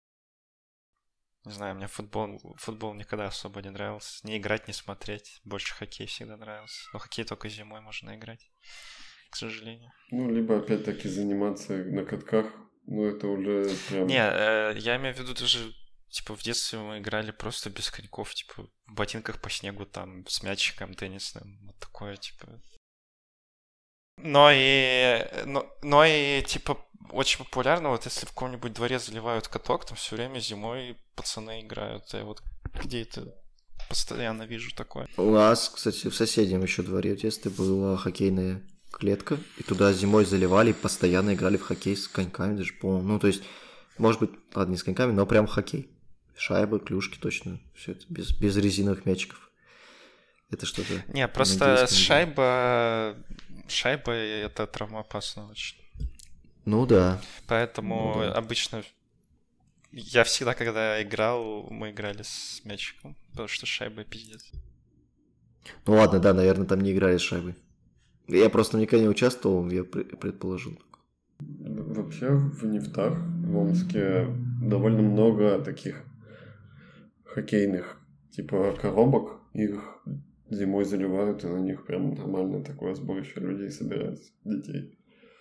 C: Не знаю, мне футбол, футбол никогда особо не нравился. Не играть, не смотреть. Больше хоккей всегда нравился. Но хоккей только зимой можно играть, к сожалению.
B: Ну, либо опять-таки заниматься на катках. Ну, это уже прям...
C: Не, э, я имею в виду даже, типа, в детстве мы играли просто без коньков, типа, в ботинках по снегу, там, с мячиком теннисным, вот такое, типа. Но и, но, но и, типа, очень популярно, вот если в каком-нибудь дворе заливают каток, там все время зимой пацаны играют. Я вот где это постоянно вижу такое.
A: У нас, кстати, в соседнем еще дворе в детстве была хоккейная клетка, и туда зимой заливали, и постоянно играли в хоккей с коньками, даже, по-моему. Ну, то есть, может быть, ладно, не с коньками, но прям хоккей. Шайбы, клюшки, точно, все это, без, без резиновых мячиков. Это что-то...
C: Не, просто шайба... Шайба — это травмоопасно очень.
A: Ну да.
C: Поэтому
A: ну, да.
C: обычно я всегда, когда играл, мы играли с мячиком, потому что шайба пиздец.
A: Ну ладно, да, наверное, там не играли с шайбой. Я просто никогда не участвовал, я предположил.
B: Вообще в Нефтах, в Омске, довольно много таких хоккейных типа коробок. Их зимой заливают, и на них прям нормально такое сборище людей собирается, детей.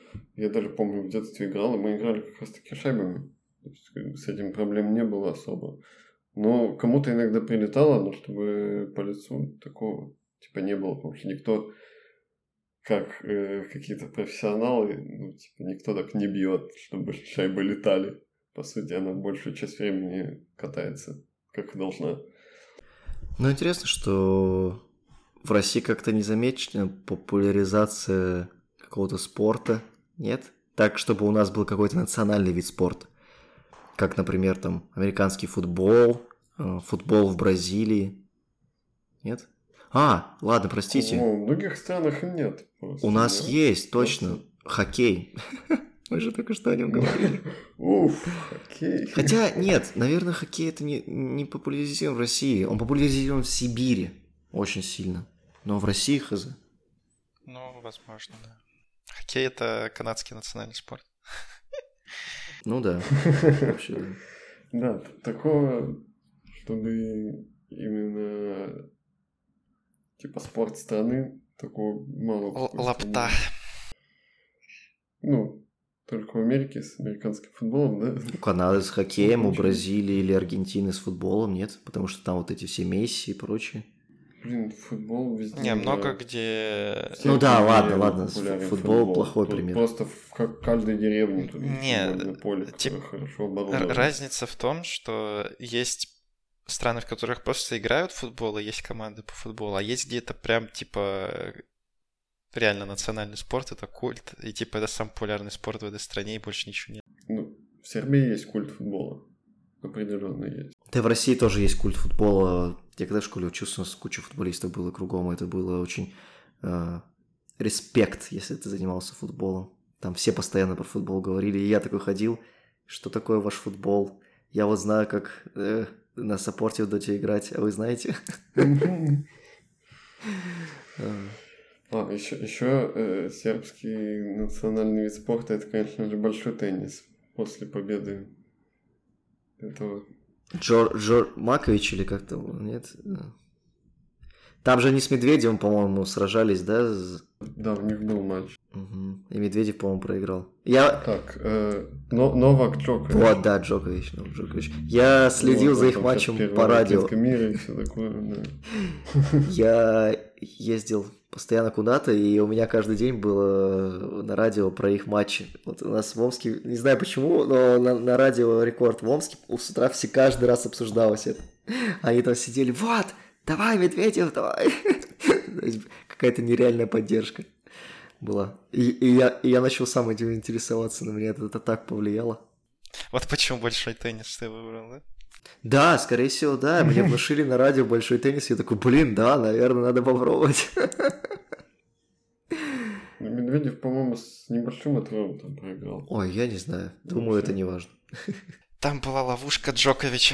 B: Я даже помню, в детстве играл, и мы играли как раз таки шайбами. То есть, как бы, с этим проблем не было особо. Но кому-то иногда прилетало, но чтобы по лицу такого типа не было, потому что никто, как э, какие-то профессионалы, ну, типа, никто так не бьет, чтобы шайбы летали. По сути, она большую часть времени катается, как и должна.
A: Ну, интересно, что в России как-то не замечена популяризация какого-то спорта, нет? Так, чтобы у нас был какой-то национальный вид спорта. Как, например, там, американский футбол, э, футбол в Бразилии. Нет? А, ладно, простите.
B: Ну, в многих странах нет.
A: У нас нет? Есть, точно, просто... хоккей. Мы же только что о нем говорили.
B: Уф, хоккей.
A: Хотя, нет, наверное, хоккей это не, не популяризирован в России. Он популяризирован в Сибири очень сильно. Но в России хз.
C: Ну, возможно, да. Хоккей — это канадский национальный спорт.
A: Ну да. Вообще,
B: да. Да, такого, чтобы именно типа спорт страны, такого мало.
C: Лапта.
B: Ну, только в Америке с американским футболом, да?
A: У Канады с хоккеем, у Бразилии или Аргентины с футболом нет, потому что там вот эти все Месси и прочее.
B: Блин, футбол везде.
C: Не, много где...
A: Ну да, ладно, ладно, футбол, футбол плохой
B: тут
A: пример.
B: Просто в каждой деревне тут
C: не,
B: поле,
C: тип...
B: хорошо оборудовано.
C: Разница в том, что есть страны, в которых просто играют в футбол, и есть команды по футболу, а есть где-то прям типа реально национальный спорт, это культ, и типа это самый популярный спорт в этой стране, и больше ничего нет.
B: Ну, в Сербии есть культ футбола. Определенно есть.
A: Да, в России тоже есть культ футбола. Я когда в школе учился, у нас куча футболистов было кругом. Это было очень э, респект, если ты занимался футболом. Там все постоянно про футбол говорили. И я такой ходил, что такое ваш футбол? Я вот знаю, как э, на саппорте в доте играть, а вы знаете?
B: А, еще, еще э, сербский национальный вид спорта — это, конечно же, большой теннис после победы этого.
A: Джор, Джор Макович или как-то, нет? Там же они с Медведевым, по-моему, сражались, да?
B: Да, у них был матч.
A: Угу. И Медведев, по-моему, проиграл. Я...
B: Так, э, но, Новак Джокович.
A: Вот, да, Джокович, Новак Джокович. Я следил вот, за их матчем по радио.
B: Мира и все такое, да.
A: Я ездил постоянно куда-то, и у меня каждый день было на радио про их матчи. Вот у нас в Омске, не знаю почему, но на, на радио Рекорд в Омске с утра все каждый раз обсуждалось это. Они там сидели, вот, давай, Медведев, давай. Какая-то нереальная поддержка была. И, и, я, и я начал сам этим интересоваться, на меня это, это так повлияло.
C: Вот почему большой теннис ты выбрал, да?
A: Да, скорее всего, да. Мне внушили на радио большой теннис. Я такой, блин, да, наверное, надо попробовать.
B: Медведев, по-моему, с небольшим отрывом там проиграл.
A: Ой, я не знаю. Думаю, это не важно.
C: Там была ловушка Джоковича.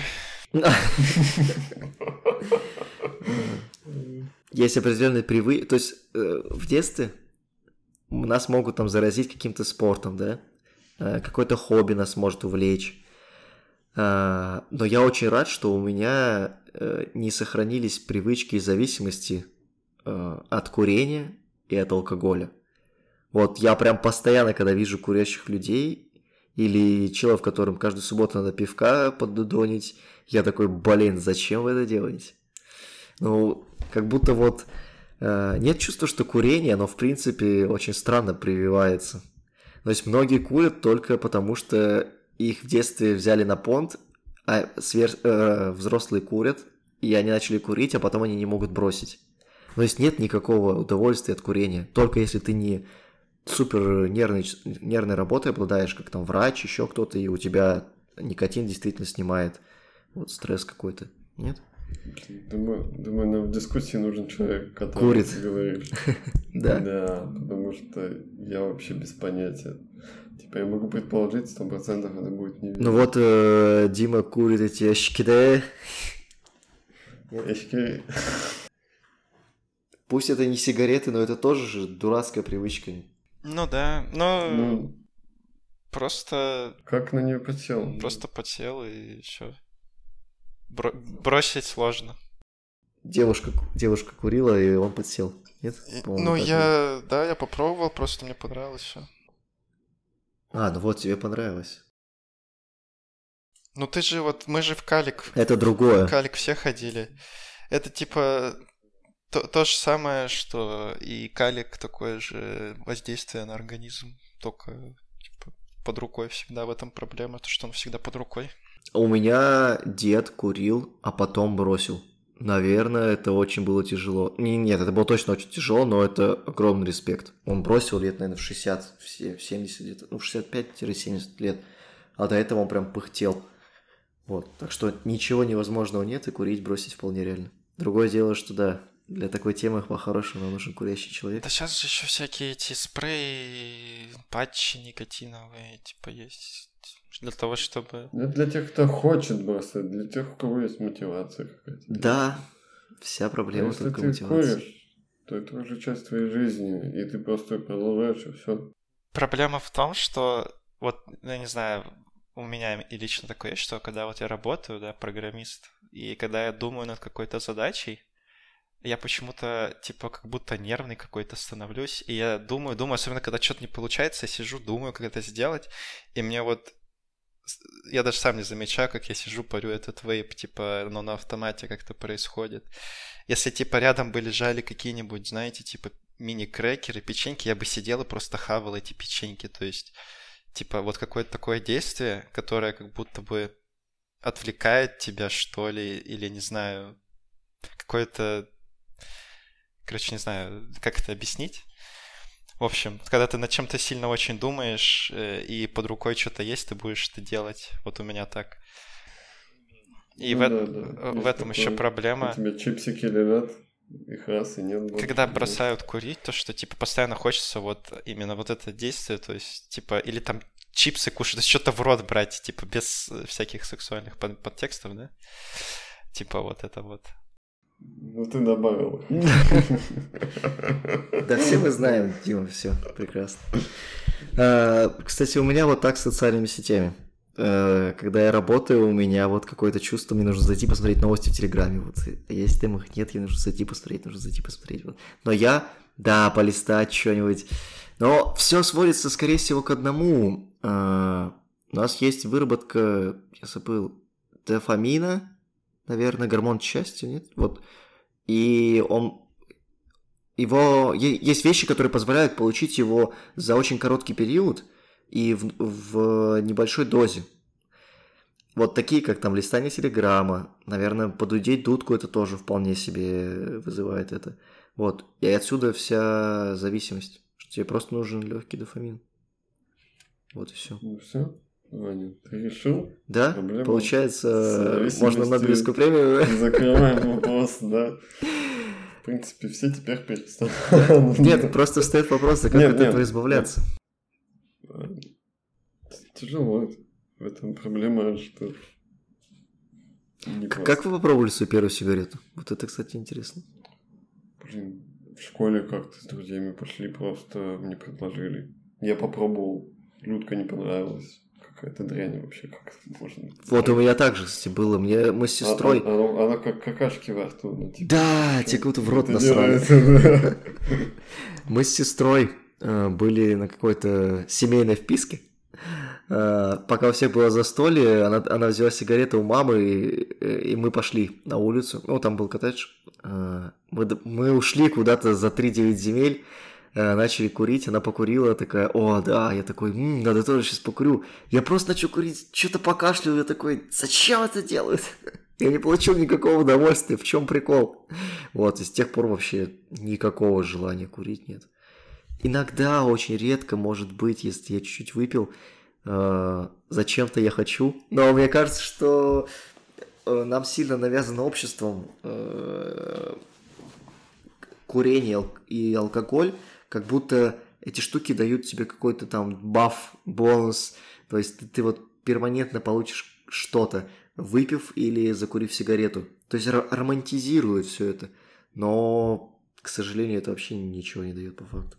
A: Есть определенные привычки. То есть в детстве нас могут там заразить каким-то спортом, да? Какое-то хобби нас может увлечь. Но я очень рад, что у меня не сохранились привычки и зависимости от курения и от алкоголя. Вот я прям постоянно, когда вижу курящих людей или челов, которым каждую субботу надо пивка поддудонить, я такой, блин, зачем вы это делаете? Ну, как будто вот нет чувства, что курение, оно в принципе очень странно прививается. То есть многие курят только потому, что их в детстве взяли на понт, а свер... э, взрослые курят, и они начали курить, а потом они не могут бросить. То есть нет никакого удовольствия от курения, только если ты не супер нервной, нервной работой обладаешь, как там врач, еще кто-то, и у тебя никотин действительно снимает вот стресс какой-то. Нет?
B: Думаю, думаю, нам в дискуссии нужен человек, который
A: курит.
B: Говорит.
A: Да.
B: Да, потому что я вообще без понятия. Типа я могу предположить, сто процентов это будет не видно.
A: Ну вот э, Дима курит эти эшкиде.
B: Эшки.
A: Пусть это не сигареты, но это тоже же дурацкая привычка.
C: Ну да, но
B: Ну,
C: просто...
B: как на нее подсел?
C: Просто подсел и все. Бро- бросить сложно.
A: Девушка, девушка курила, и он подсел. Нет?
C: И-
A: По-моему,
C: ну
A: так
C: я... Да, я попробовал, просто мне понравилось все.
A: А, ну вот, тебе понравилось.
C: Ну ты же вот, мы же в Калик,
A: Это
C: в
A: другое.
C: Калик все ходили. Это типа то, то же самое, что и Калик, такое же воздействие на организм, только типа, под рукой всегда в этом проблема, то что он всегда под рукой.
A: У меня дед курил, а потом бросил. Наверное, это очень было тяжело. Не, нет, это было точно очень тяжело, но это огромный респект. Он бросил лет, наверное, в шестьдесят, в семьдесят где-то, ну, в шестьдесят пять семьдесят лет. А до этого он прям пыхтел. Вот, так что ничего невозможного нет, и курить бросить вполне реально. Другое дело, что да, для такой темы по-хорошему нам нужен курящий человек.
C: Да сейчас же еще всякие эти спреи, патчи никотиновые, типа, есть. Для того, чтобы...
B: Это для тех, кто хочет бросать, для тех, у кого есть мотивация какая-то.
A: Да, вся
B: А
A: проблема
B: если
A: только
B: ты
A: мотивация.
B: куришь, то это уже часть твоей жизни, и ты просто продолжаешь, и все.
C: Проблема в том, что вот, ну, я не знаю, у меня и лично такое есть, что когда вот я работаю, да, программист, и когда я думаю над какой-то задачей, я почему-то, типа, как будто нервный какой-то становлюсь, и я думаю, думаю, особенно когда что-то не получается, я сижу, думаю, как это сделать, и мне вот, я даже сам не замечаю, как я сижу, парю этот вейп, типа, но на автомате как-то происходит. Если, типа, рядом бы лежали какие-нибудь, знаете, типа, мини-крекеры, печеньки, я бы сидел и просто хавал эти печеньки, то есть... Типа вот какое-то такое действие, которое как будто бы отвлекает тебя, что ли, или, не знаю, какое-то... Короче, не знаю, как это объяснить. В общем, когда ты над чем-то сильно очень думаешь, и под рукой что-то есть, ты будешь это делать. Вот у меня так. И
B: Ну,
C: в,
B: да,
C: э-
B: да.
C: в
B: Есть
C: этом еще
B: такое.
C: проблема.
B: У тебя чипсики лежат, их раз и нет. больше.
C: Когда бросают курить, то что, типа, постоянно хочется вот именно вот это действие, то есть, типа, или там чипсы кушать, то есть что-то в рот брать, типа, без всяких сексуальных под- подтекстов, да? Типа, вот это вот.
B: Ну ты добавил.
A: Да все мы знаем, Дима, все прекрасно. А, Кстати, у меня вот так с социальными сетями. Э, Когда я работаю, у меня вот какое-то чувство, мне нужно зайти посмотреть новости в Телеграме. Вот. А если там их нет, мне нужно зайти посмотреть, нужно зайти посмотреть. Вот. Но я, да, полистать что-нибудь. Но все сводится, скорее всего, к одному. А, У нас есть выработка, я забыл, дофамина, наверное, гормон счастья, нет? Вот. И он... Его... е- Есть вещи, которые позволяют получить его за очень короткий период и в, в небольшой дозе. Вот такие, как там листание телеграмма, наверное, подудеть дудку, это тоже вполне себе вызывает это. Вот. И отсюда вся зависимость, что тебе просто нужен легкий дофамин. Вот и все.
B: Ну все, Ваня, ты решил?
A: Да,
B: Проблема с
A: получается,
B: зависимостью.
A: можно Нобелевскую премию.
B: Закрываем вопрос, да. В принципе, все теперь перестанут.
A: Нет, просто встает вопрос, как
B: Нет,
A: от
B: нет,
A: этого избавляться.
B: Тяжело это. В этом проблема, что... не
A: К-
B: просто.
A: Как вы попробовали свою первую сигарету? Вот это, кстати, интересно.
B: Блин, в школе как-то с друзьями пошли, просто мне предложили. Я попробовал, жутко не понравилось. Какая-то дрянь вообще, как это можно...
A: Вот у меня так же, кстати, было. Мне, мы с сестрой...
B: А- а- Она, она как какашки во рту. Ну, типа,
A: Да,
B: что
A: тебе как будто в рот
B: это
A: насрали.
B: делается, да.
A: Мы с сестрой э, были на какой-то семейной вписке. Э, пока у всех было застолье, она, она взяла сигареты у мамы, и, и мы пошли на улицу. Ну, там был коттедж. Э, мы, д- мы ушли куда-то за три-девять земель, э, начали курить. Она покурила, такая: о, да. Я такой: «М, надо тоже сейчас покурю. Я просто начал курить, что-то покашлял. Я такой: зачем это делают? Я не получил никакого удовольствия. В чем прикол? Вот, и с тех пор вообще никакого желания курить нет. Иногда, очень редко, может быть, если я чуть-чуть выпил, э, зачем-то я хочу. Но мне кажется, что э, нам сильно навязано обществом э, курение ал- и алкоголь, как будто эти штуки дают тебе какой-то там баф, бонус. То есть ты, ты вот перманентно получишь что-то, выпив или закурив сигарету. То есть ро- романтизируют все это. Но, к сожалению, это вообще ничего не дает по факту.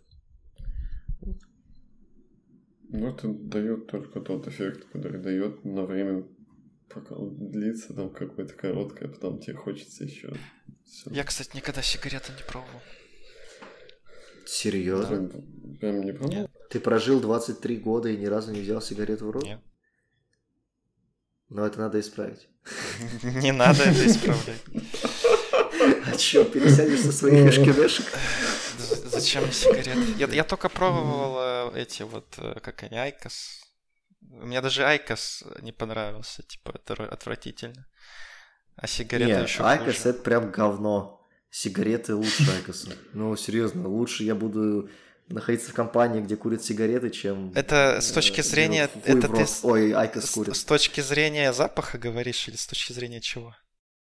B: Ну, это дает только тот эффект, который дает на время, пока он длится, там какое-то короткое, потом тебе хочется еще. Всё.
C: Я, кстати, никогда сигареты не пробовал.
A: Серьезно?
B: Прям, прям не пробовал?
C: Нет.
A: Ты прожил двадцать три года и ни разу не взял сигарету в рот?
C: Нет.
A: Но это надо исправить.
C: Не надо это исправлять.
A: А чё, пересядешь со своих эшкебешек?
C: Зачем мне сигареты? Я, я только пробовал э, эти вот, э, как они, Айкос. Мне даже Айкос не понравился, типа, это отвратительно. А сигареты
A: Нет,
C: еще
A: Айкос
C: хуже.
A: это прям говно. Сигареты лучше Айкоса. Ну, серьезно, лучше я буду находиться в компании, где курят сигареты, чем...
C: Это с точки
A: э,
C: зрения...
A: хуй
C: Это
A: в
C: ты
A: рот.
C: с,
A: Ой, Айкос
C: с,
A: курит.
C: с точки зрения запаха говоришь или с точки зрения чего?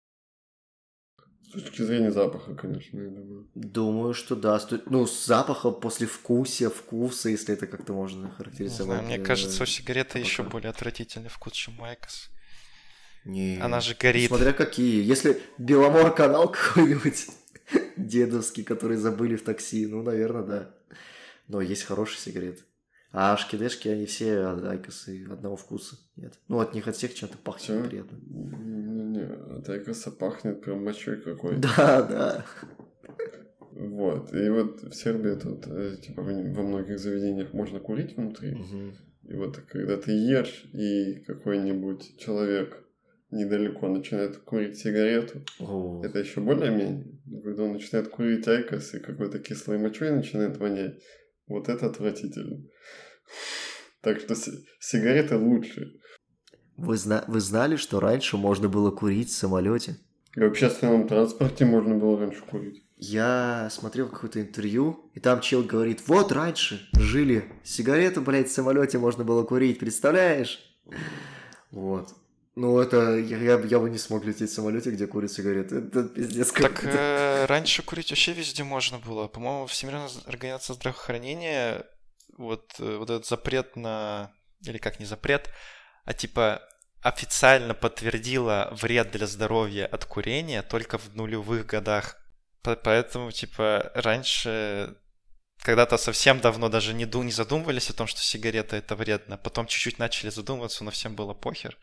B: С точки зрения запаха, конечно, я думаю.
A: Думаю, что да. Сто- Ну, с запаха, послевкусия, вкуса, если это как-то можно
C: Не
A: характеризовать.
C: знаю, мне
A: э,
C: кажется, у сигареты
A: табака.
C: еще более отвратительный вкус, чем у Айкос.
A: Не.
C: Она же горит.
A: Смотря какие. Если Беломор-канал какой-нибудь дедовский, который забыли в такси, ну, наверное, да. Но есть хорошие сигареты. А шкидешки, они все айкосы одного вкуса. Нет. Ну, от них от всех чем-то пахнет
B: Всё?
A: приятно.
B: Не-не, от Айкоса пахнет прям мочой какой-то.
A: Да, да.
B: Вот. И вот в Сербии тут, э, типа, в- во многих заведениях можно курить внутри.
A: Мгм.
B: И вот когда ты ешь, и какой-нибудь человек недалеко начинает курить сигарету,
A: О.
B: это еще более-менее. Но когда он начинает курить айкос и какой-то кислой мочой начинает вонять, вот это отвратительно. Так что си- сигареты лучше.
A: Вы, зна- вы знали, что раньше можно было курить в самолете?
B: И в общественном транспорте можно было раньше курить.
A: Я смотрел какое-то интервью, и там чел говорит, вот раньше жили, сигарету, блядь, в самолете можно было курить, представляешь? Вот. Ну, это я, я, я бы не смог лететь в самолете, где курят сигареты. Это пиздец
C: Так
A: какой-то.
C: э, раньше курить вообще везде можно было. По-моему, Всемирная организация здравоохранения вот, э, вот этот запрет на... Или как не запрет, а типа официально подтвердила вред для здоровья от курения только в нулевых годах. По- Поэтому, типа, раньше, когда-то совсем давно даже не, ду- не задумывались о том, что сигарета это вредно. Потом чуть-чуть начали задумываться, но всем было похер.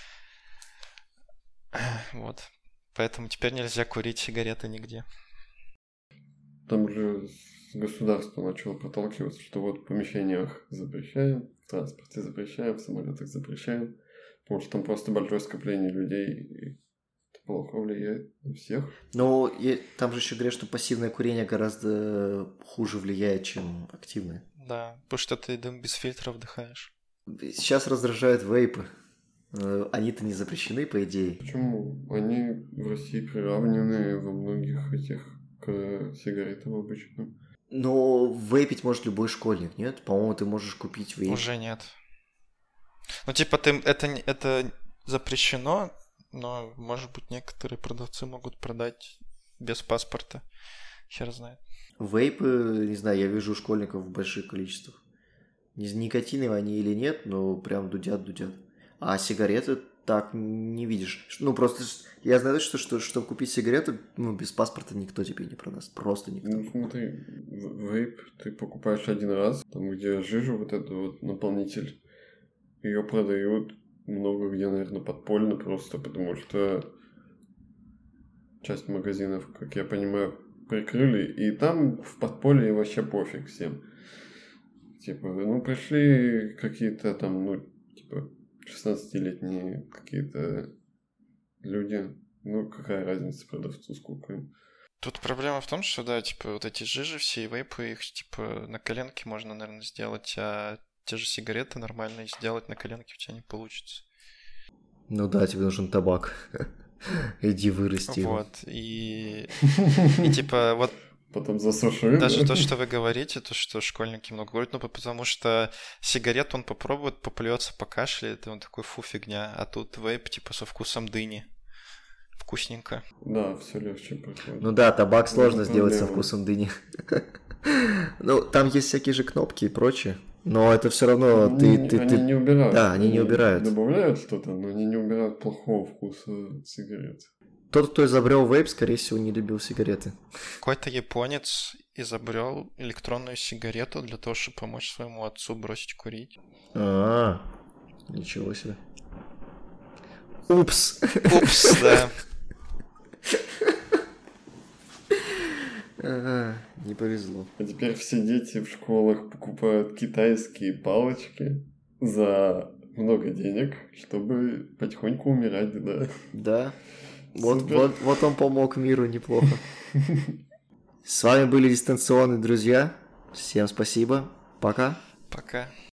C: Вот. Поэтому теперь нельзя курить сигареты нигде.
B: Там же с- государство начало проталкиваться, что вот в помещениях запрещаем, в транспорте запрещаем, в самолетах запрещаем, потому что там просто большое скопление людей, и это плохо влияет на всех.
A: Ну, и там же еще говорят, что пассивное курение гораздо хуже влияет, чем активное.
C: Да, потому что ты дым без фильтра вдыхаешь.
A: Сейчас раздражают вейпы. Э, Они-то не запрещены, по идее.
B: Почему? Они в России приравнены во многих этих к сигаретам обычным.
A: Но вейпить может любой школьник, нет? По-моему, ты можешь купить вейп.
C: Уже нет. Ну, типа, ты, это, не- это запрещено, но, может быть, некоторые продавцы могут продать без паспорта. Хер знает.
A: Вейпы, не знаю, я вижу у школьников в больших количествах. Не никотиновые они или нет, но прям дудят-дудят. А сигареты так не видишь. Ну, просто с- я знаю, что, что чтобы купить сигарету, ну, без паспорта никто тебе не продаст. Просто никто.
B: Ну, смотри, в- вейп ты покупаешь один раз, там, где жижа, вот это вот наполнитель, ее продают много где, наверное, подпольно просто, потому что часть магазинов, как я понимаю, прикрыли, и там в подполье вообще пофиг всем. Типа, ну, пришли какие-то там, ну, типа, шестнадцатилетние какие-то люди, ну, какая разница продавцу, сколько им.
C: Тут проблема в том, что, да, типа, вот эти жижи все и вейпы, их, типа, на коленке можно, наверное, сделать, а те же сигареты нормально сделать на коленке у тебя не получится.
A: Ну да, тебе нужен табак. Иди вырасти его.
C: Вот, и... И, типа, вот
B: Потом засушили.
C: даже
B: да?
C: то, что вы говорите, то, что школьники много говорят, ну, потому что сигарету он попробует, поплюется, покашляет, и он такой, фу, фигня. А тут вейп, типа, со вкусом дыни. Вкусненько.
B: Да, все легче проходит.
A: Ну да, табак сложно
B: Это
A: сделать со
B: проблема.
A: вкусом дыни. Ну, там есть всякие же кнопки и прочее. Но это все равно
B: Они,
A: ты,
B: не-
A: ты,
B: они
A: ты...
B: не убирают.
A: Да, они не убирают.
B: Добавляют что-то, но они не убирают плохого вкуса сигарет.
A: Тот, кто изобрел вейп, скорее всего, не любил сигареты.
C: Какой-то японец изобрел электронную сигарету для того, чтобы помочь своему отцу бросить курить.
A: А, ничего себе. Упс.
C: Упс, да.
A: Ага, не повезло.
B: А теперь все дети в школах покупают китайские палочки за много денег, чтобы потихоньку умирать, да.
A: Да. Вот,
B: Супер.
A: вот, вот он помог миру неплохо. С вами были дистанционные друзья. Всем спасибо. Пока.
C: Пока.